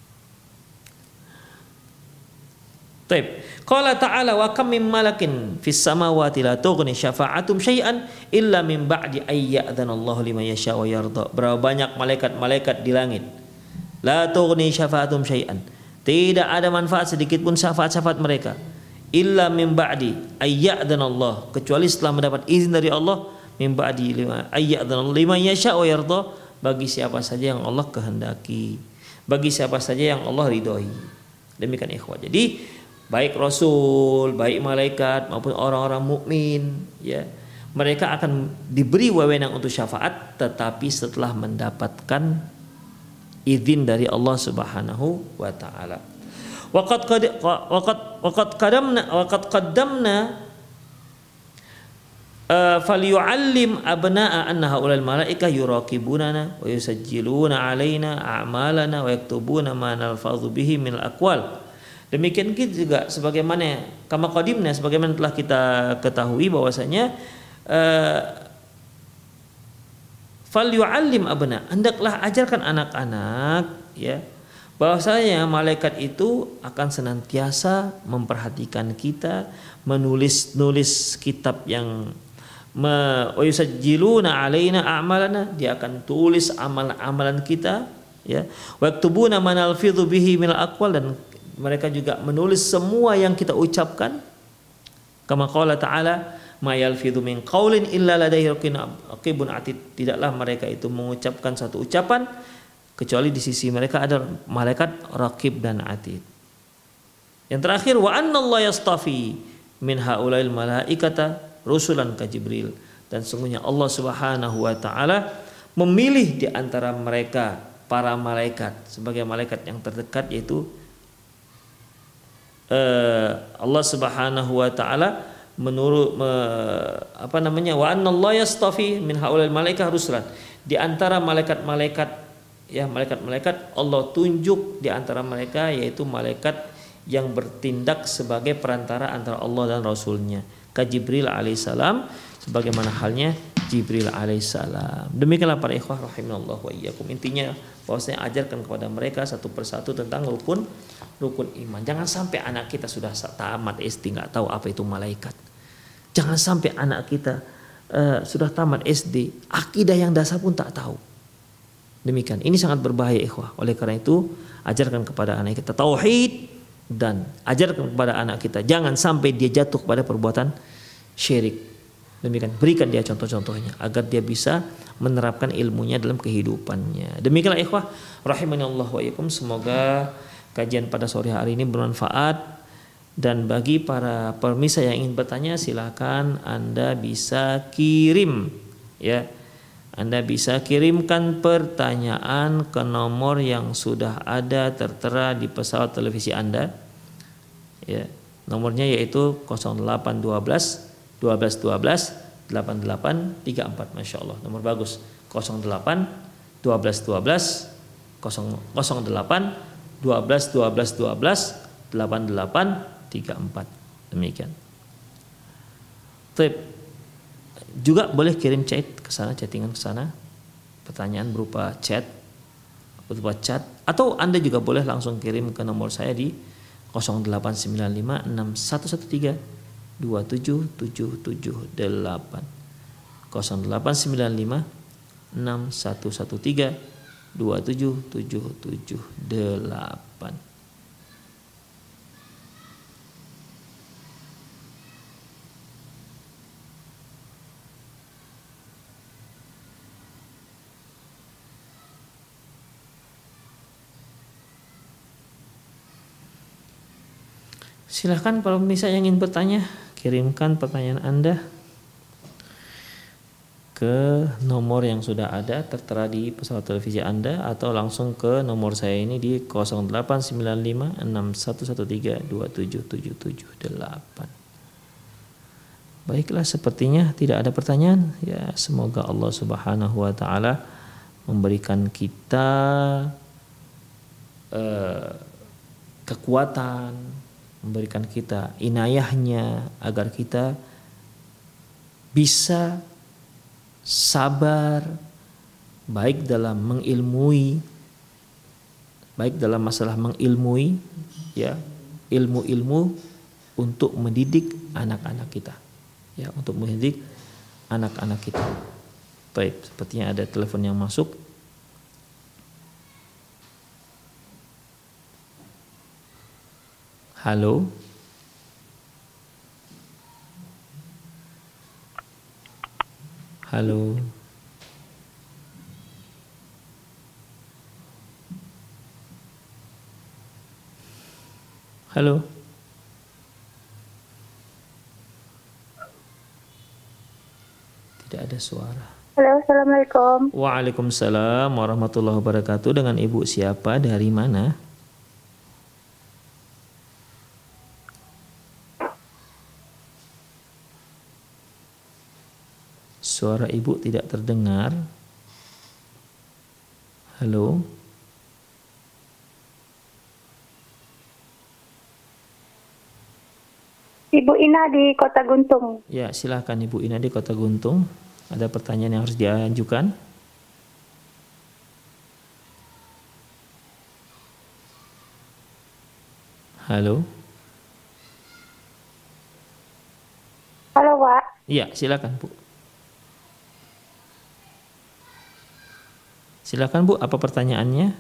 Taib. Qala ta'ala wa kam min malakin fis samawati la tughni syafa'atum syai'an illa min ba'di ay ya'dzanallahu liman yasha wa yarda. Berapa banyak malaikat-malaikat di langit. La tughni syafa'atum syai'an. Tidak ada manfaat sedikit pun syafaat-syafaat mereka. Illa min ba'di ay ya'dzanallahu, kecuali setelah mendapat izin dari Allah, min ba'di lima ay ya'dzanallahu liman yasha wa yarda, bagi siapa saja yang Allah kehendaki, bagi siapa saja yang Allah ridhoi. Demikian ikhwah. Jadi baik Rasul, baik malaikat maupun orang-orang mukmin, ya, mereka akan diberi wewenang untuk syafaat, tetapi setelah mendapatkan izin dari Allah Subhanahu wa taala. Waqad waqad waqad qadamna waqad qaddamna falyu'allim abna'a anna haulal malaika yuraqibunana wa yusajjiluna alaina a'malana wa yaktubuna ma nalfadhu bihi min al-aqwal. Demikian juga sebagaimana kama qadimna, sebagaimana telah kita ketahui bahwasanya uh, fal yu'allim abna, hendaklah ajarkan anak-anak ya bahwasanya malaikat itu akan senantiasa memperhatikan kita, menulis-nulis kitab yang wa yusajjiluna alaina a'malana, dia akan tulis amalan-amalan kita ya, wa yaktubuna ma nalfidhu bihi minal aqwal, dan mereka juga menulis semua yang kita ucapkan. Kama qala ta'ala ma yalfidhu min qaulin illa ladaihi raqibun atid. Tidaklah mereka itu mengucapkan satu ucapan kecuali di sisi mereka ada malaikat raqib dan atid. Yang terakhir wa anna Allah yastafi min haula'il malaikata rusulan ka Jibril. Dan sungguhnya Allah Subhanahu wa taala memilih di antara mereka para malaikat sebagai malaikat yang terdekat, yaitu uh, Allah Subhanahu wa taala menurut me, apa namanya wa annallaha yastafi min haulal malaikah rusulan. Di antara malaikat-malaikat, ya malaikat-malaikat Allah tunjuk di antara mereka, yaitu malaikat yang bertindak sebagai perantara antara Allah dan Rasulnya, ka Jibril alaihissalam, sebagaimana halnya Jibril alaihissalam. Demikianlah para ikhwah rahimanallah wa iyyakum. Intinya bahwasanya ajarkan kepada mereka satu persatu tentang rukun rukun iman. Jangan sampai anak kita sudah tamat S D nggak tahu apa itu malaikat. Jangan sampai anak kita uh, sudah tamat S D akidah yang dasar pun tak tahu. Demikian. Ini sangat berbahaya ikhwah. Oleh karena itu ajarkan kepada anak kita tauhid dan ajarkan kepada anak kita jangan sampai dia jatuh kepada perbuatan syirik. Demikian, berikan dia contoh-contohnya agar dia bisa menerapkan ilmunya dalam kehidupannya. Demikianlah ikhwah rahimanallah wa iyyakum. Semoga kajian pada sore hari ini bermanfaat, dan bagi para pemirsa yang ingin bertanya silakan Anda bisa kirim, ya. Anda bisa kirimkan pertanyaan ke nomor yang sudah ada tertera di pesawat televisi Anda. Ya, nomornya yaitu nol delapan satu dua dua belas dua belas delapan delapan tiga empat. Masya Allah, nomor bagus. nol delapan dua belas dua belas nol delapan dua belas dua belas dua belas delapan delapan tiga empat. Demikian. Tip. Juga boleh kirim chat ke sana, chattingan ke sana, pertanyaan berupa chat, berupa chat, atau Anda juga boleh langsung kirim ke nomor saya di nol delapan sembilan lima enam satu satu tiga dua tujuh tujuh tujuh delapan nol delapan sembilan lima enam satu satu tiga dua tujuh tujuh tujuh delapan. Silahkan para pemirsa yang ingin bertanya, kirimkan pertanyaan Anda ke nomor yang sudah ada tertera di pesawat televisi Anda, atau langsung ke nomor saya ini di nol delapan sembilan lima enam satu satu tiga dua tujuh tujuh tujuh delapan. Baiklah, sepertinya tidak ada pertanyaan. Ya, semoga Allah Subhanahu wa taala memberikan kita uh, kekuatan, memberikan kita inayahnya agar kita bisa sabar baik dalam mengilmui, baik dalam masalah mengilmui, ya, ilmu-ilmu untuk mendidik anak-anak kita, ya, untuk mendidik anak-anak kita. Baik, sepertinya ada telepon yang masuk. Halo. Halo. Halo. Tidak ada suara. Halo, assalamualaikum. Waalaikumsalam warahmatullahi wabarakatuh. Dengan ibu siapa, dari mana? Suara ibu tidak terdengar. Halo. Ibu Ina di Kota Guntung. Ya, silahkan Ibu Ina di Kota Guntung. Ada pertanyaan yang harus diajukan? Halo. Halo, Pak. Iya, silakan Bu. Silakan Bu, apa pertanyaannya?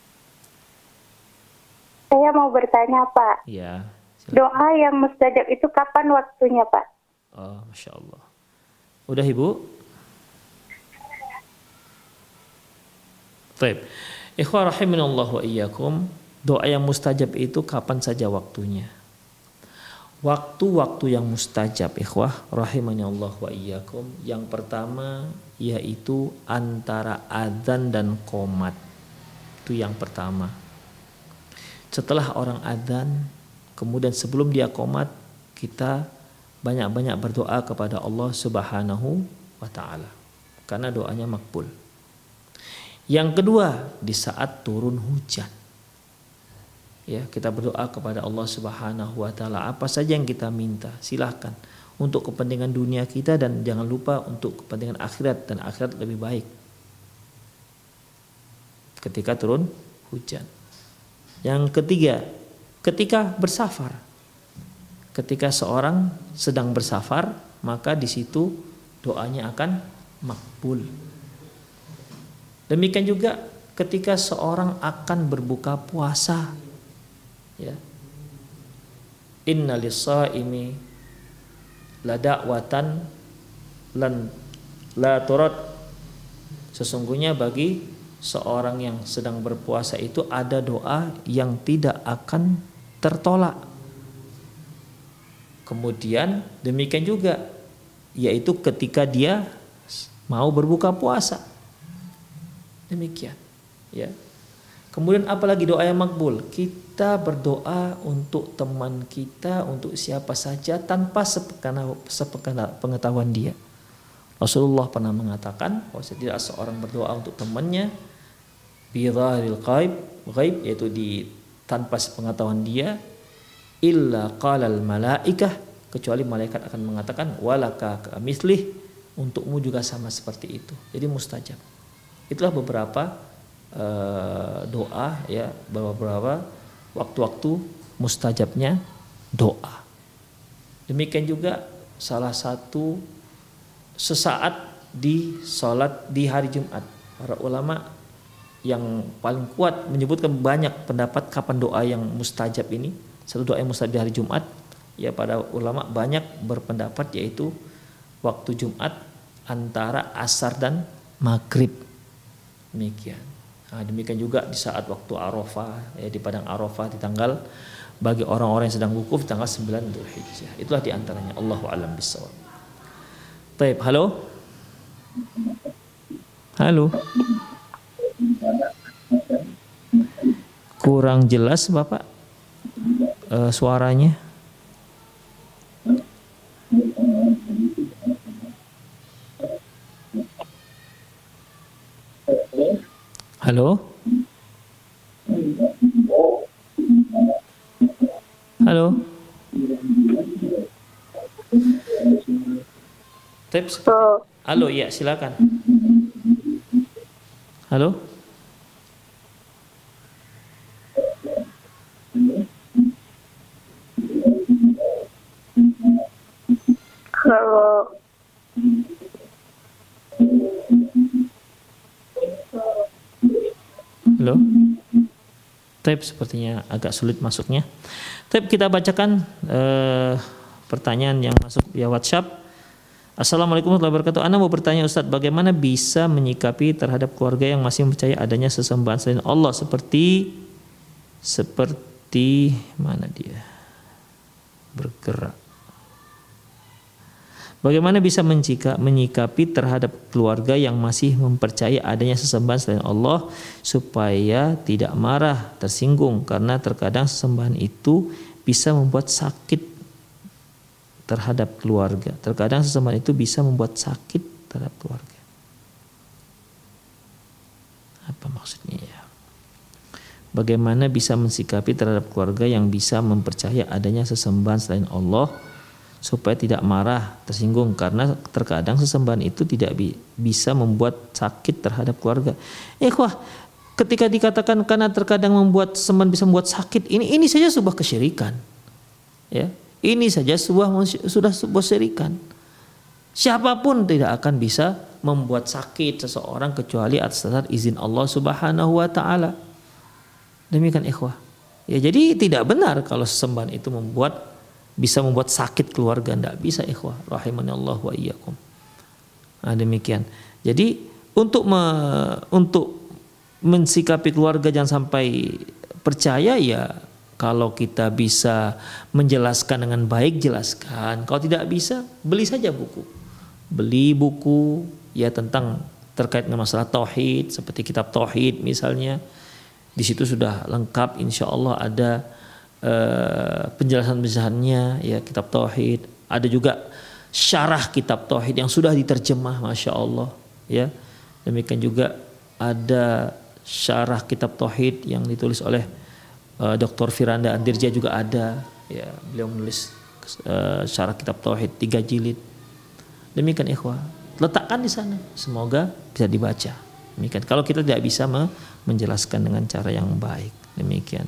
Saya mau bertanya, Pak. Iya. Doa yang mustajab itu kapan waktunya, Pak? Oh, Masya Allah. Udah Ibu? Baik. Ikhwah rahimanallah wa iyyakum. Doa yang mustajab itu kapan saja waktunya. waktu-waktu yang mustajab ikhwah rahimani Allah wa iyyakum. Yang pertama yaitu antara adzan dan qomat. Itu yang pertama. Setelah orang adzan, kemudian sebelum dia qomat, kita banyak-banyak berdoa kepada Allah Subhanahu wa taala. Karena doanya makbul. Yang kedua, di saat turun hujan. Ya, kita berdoa kepada Allah Subhanahu wa taala apa saja yang kita minta, silahkan untuk kepentingan dunia kita dan jangan lupa untuk kepentingan akhirat, dan akhirat lebih baik ketika turun hujan. Yang ketiga, ketika bersafar. Ketika seorang sedang bersafar, maka di situ doanya akan makbul. Demikian juga ketika seorang akan berbuka puasa. Ya. Inna lis-shaimi la da'watan lan la turad. Sesungguhnya bagi seorang yang sedang berpuasa itu ada doa yang tidak akan tertolak. Kemudian demikian juga yaitu ketika dia mau berbuka puasa. Demikian, ya. Kemudian apalagi doa yang makbul? Kita berdoa untuk teman kita, untuk siapa saja tanpa sepengetahuan dia. Rasulullah pernah mengatakan bahwa tidak seorang berdoa untuk temannya bidharil ghaib, ghaib yaitu di tanpa sepengetahuan dia, illa qalal malaikah, kecuali malaikat akan mengatakan walaka kamitslih, untukmu juga sama seperti itu. Jadi mustajab. Itulah beberapa uh, doa, ya, beberapa waktu-waktu mustajabnya doa. Demikian juga salah satu sesaat di sholat di hari Jumat. Para ulama yang paling kuat menyebutkan banyak pendapat kapan doa yang mustajab ini. Satu doa yang mustajab di hari Jumat, ya, para ulama banyak berpendapat yaitu waktu Jumat antara asar dan maghrib. Demikian. Nah, demikian juga di saat waktu Arafah, ya, di padang Arafah di tanggal bagi orang-orang yang sedang wukuf tanggal sembilan Dzulhijjah. Itulah di antaranya. Allahu a'lam bishawab. Baik, halo. Halo. Kurang jelas Bapak uh, suaranya. Halo. Halo. Tep, halo, ya, silakan. Halo. Halo. Halo. Tep, sepertinya agak sulit masuknya. Tep, kita bacakan eh, pertanyaan yang masuk via WhatsApp. Assalamualaikum warahmatullahi wabarakatuh. Ana mau bertanya Ustadz, bagaimana bisa menyikapi terhadap keluarga yang masih percaya adanya sesembahan selain Allah, seperti seperti mana dia bergerak? Bagaimana bisa mencika, menyikapi terhadap keluarga yang masih mempercayai adanya sesembahan selain Allah supaya tidak marah, tersinggung, karena terkadang sesembahan itu bisa membuat sakit terhadap keluarga. Terkadang sesembahan itu bisa membuat sakit terhadap keluarga. Apa maksudnya ya? Bagaimana bisa mensikapi terhadap keluarga yang bisa mempercayai adanya sesembahan selain Allah supaya tidak marah, tersinggung, karena terkadang sesembahan itu tidak bi- bisa membuat sakit terhadap keluarga. Eh wah, ketika dikatakan karena terkadang membuat sesembahan bisa membuat sakit, ini ini saja sebuah kesyirikan. Ya, ini saja sebuah sudah sebuah kesyirikan. Siapapun tidak akan bisa membuat sakit seseorang kecuali atas dasar izin Allah Subhanahu wa taala. Demikian ikhwah. Ya, jadi tidak benar kalau sesembahan itu membuat bisa membuat sakit keluarga, tidak bisa ikhwah rahimanallah wa iyyakum. Nah, demikian. Jadi untuk me, untuk mensikapi keluarga jangan sampai percaya, ya Kalau kita bisa menjelaskan dengan baik, jelaskan. Kalau tidak bisa, beli saja buku. Beli buku ya tentang terkait dengan masalah tauhid, seperti kitab tauhid misalnya. Di situ sudah lengkap, insya Allah ada uh, penjelasan-penjelasannya ya kitab tauhid. Ada juga syarah kitab tauhid yang sudah diterjemah, masya Allah ya. Demikian juga ada syarah kitab tauhid yang ditulis oleh uh, doktor Firanda Andirja juga ada ya, beliau menulis uh, syarah kitab tauhid tiga jilid. Demikian ikhwah, letakkan di sana, semoga bisa dibaca. Demikian kalau kita tidak bisa me- menjelaskan dengan cara yang baik. Demikian.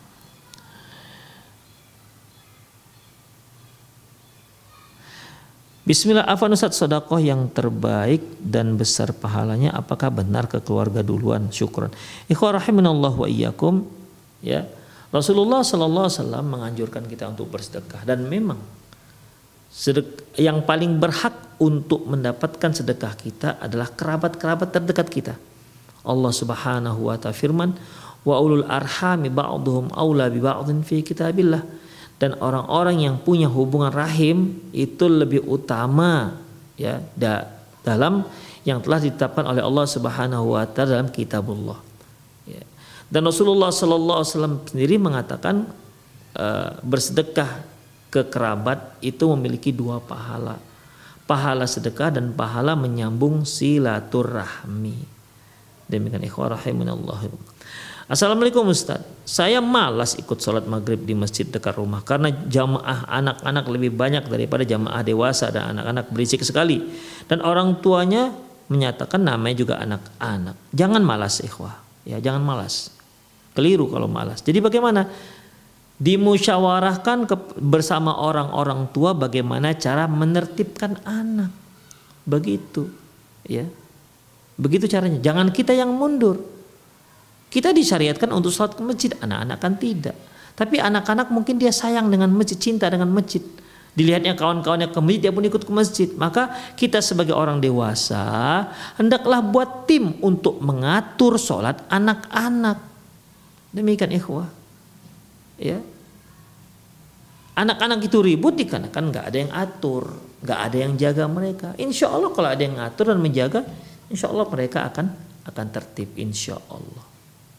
Bismillah, afwan Ustaz, sedekah yang terbaik dan besar pahalanya apakah benar ke keluarga duluan? Syukran. Ikhwah rahimanallahu wa iyyakum ya. Rasulullah sallallahu alaihi wasallam menganjurkan kita untuk bersedekah, dan memang sedek- yang paling berhak untuk mendapatkan sedekah kita adalah kerabat-kerabat terdekat kita. Allah Subhanahu wa ta'ala firman, wa ulul arhami ba'duhum aula bi ba'dhin fi kitabillah. Dan orang-orang yang punya hubungan rahim itu lebih utama ya da, dalam yang telah ditetapkan oleh Allah Subhanahu wa taala dalam kitabullah. Ya. Dan Rasulullah sallallahu alaihi wasallam sendiri mengatakan uh, bersedekah ke kerabat itu memiliki dua pahala. Pahala sedekah dan pahala menyambung silaturahmi. Demikian ikhwah rahimanallah. Assalamualaikum Ustaz, saya malas ikut sholat maghrib di masjid dekat rumah karena jamaah anak-anak lebih banyak daripada jamaah dewasa dan anak-anak berisik sekali. Dan orang tuanya menyatakan namanya juga anak-anak. Jangan malas ikhwah, ya jangan malas. Keliru kalau malas. Jadi bagaimana? Dimusyawarahkan ke, bersama orang-orang tua bagaimana cara menertibkan anak. Begitu, ya. Begitu caranya. Jangan kita yang mundur. Kita disyariatkan untuk sholat ke masjid, anak-anak kan tidak. Tapi anak-anak mungkin dia sayang dengan masjid, cinta dengan masjid. Dilihatnya kawan-kawannya ke masjid, dia pun ikut ke masjid. Maka kita sebagai orang dewasa hendaklah buat tim untuk mengatur sholat anak-anak. Demikian ikhwah. Ya. Anak-anak itu ribut dikarenakan nggak ada yang atur, nggak ada yang jaga mereka. Insya Allah kalau ada yang ngatur dan menjaga, insya Allah mereka akan akan tertib, insya Allah.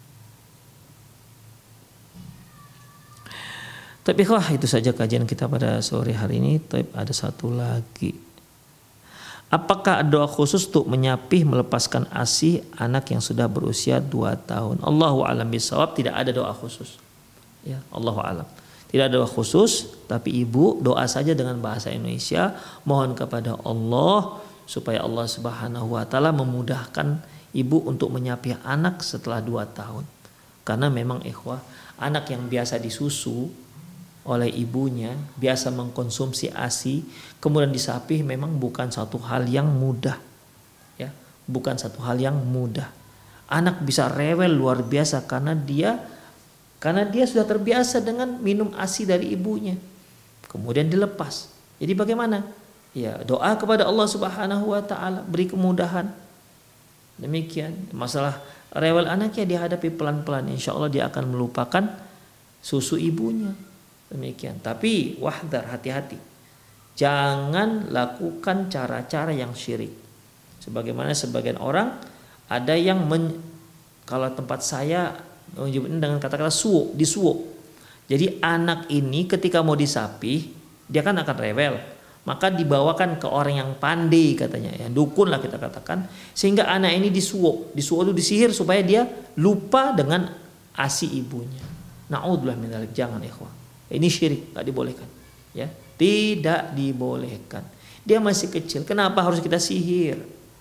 Tapi wah itu saja kajian kita pada sore hari ini. Tapi ada satu lagi. Apakah doa khusus untuk menyapih melepaskan ASI anak yang sudah berusia dua tahun? Allahu a'lam bishawab, tidak ada doa khusus. Ya, Allahu a'lam. Tidak ada doa khusus, tapi ibu doa saja dengan bahasa Indonesia, mohon kepada Allah supaya Allah Subhanahu wa taala memudahkan ibu untuk menyapih anak setelah dua tahun. Karena memang ikhwah, anak yang biasa disusu oleh ibunya, biasa mengkonsumsi ASI, kemudian disapih memang bukan satu hal yang mudah. Ya, bukan satu hal yang mudah. Anak bisa rewel luar biasa karena dia karena dia sudah terbiasa dengan minum ASI dari ibunya. Kemudian dilepas. Jadi bagaimana? Ya, doa kepada Allah Subhanahu wa taala, beri kemudahan. Demikian. Masalah rewel anaknya dihadapi pelan-pelan, insya Allah dia akan melupakan susu ibunya. Demikian. Tapi wahdar, hati-hati. Jangan lakukan cara-cara yang syirik. Sebagaimana sebagian orang ada yang men, kalau tempat saya menyebutnya dengan kata-kata suwo, disuwo. Jadi anak ini ketika mau disapih, dia kan akan rewel. Maka dibawakan ke orang yang pandai katanya, ya dukun lah kita katakan, sehingga anak ini disuwo. Disuwo itu disihir supaya dia lupa dengan ASI ibunya. Na'udzubillah min dzalik, jangan ikhwah. Ini syirik, nggak dibolehkan. Ya, tidak dibolehkan. Dia masih kecil, kenapa harus kita sihir?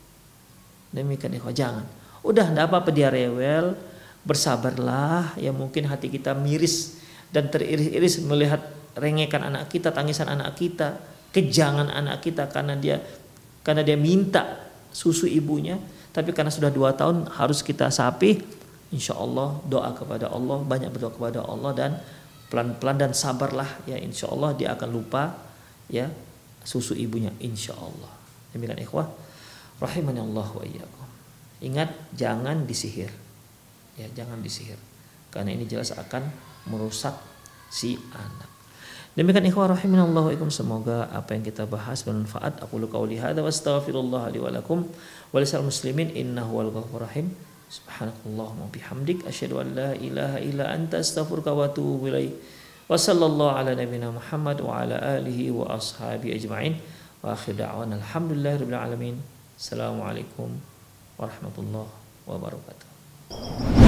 Demikian ikhwah, jangan. Udah, enggak apa-apa dia rewel, bersabarlah. Ya mungkin hati kita miris dan teriris-iris melihat rengekan anak kita, tangisan anak kita, kejangan anak kita karena dia karena dia minta susu ibunya. Tapi karena sudah dua tahun harus kita sapih. Insya Allah doa kepada Allah, banyak berdoa kepada Allah dan pelan-pelan dan sabarlah ya, insya Allah dia akan lupa ya susu ibunya, insya Allah. Demikian ikhwah rahimani Allah wa iyyakum. Ingat, jangan disihir ya, jangan disihir karena ini jelas akan merusak si anak. Demikian ikhwah rahiminallahu wa ikum, semoga apa yang kita bahas bermanfaat. Aku qauli hadza wa astaghfirullah li wa lakum wa lisal muslimin innahu wal ghafurur rahim. Subhanakallahumma bihamdik asyhadu an la ilaha illa anta astaghfiruka wa atubu ilaik. Wa sallallahu ala nabiyyina Muhammad wa ala alihi wa ashabi ajma'in. Wa akhir da'wana alhamdulillahirabbil alamin. Assalamualaikum warahmatullahi wabarakatuh.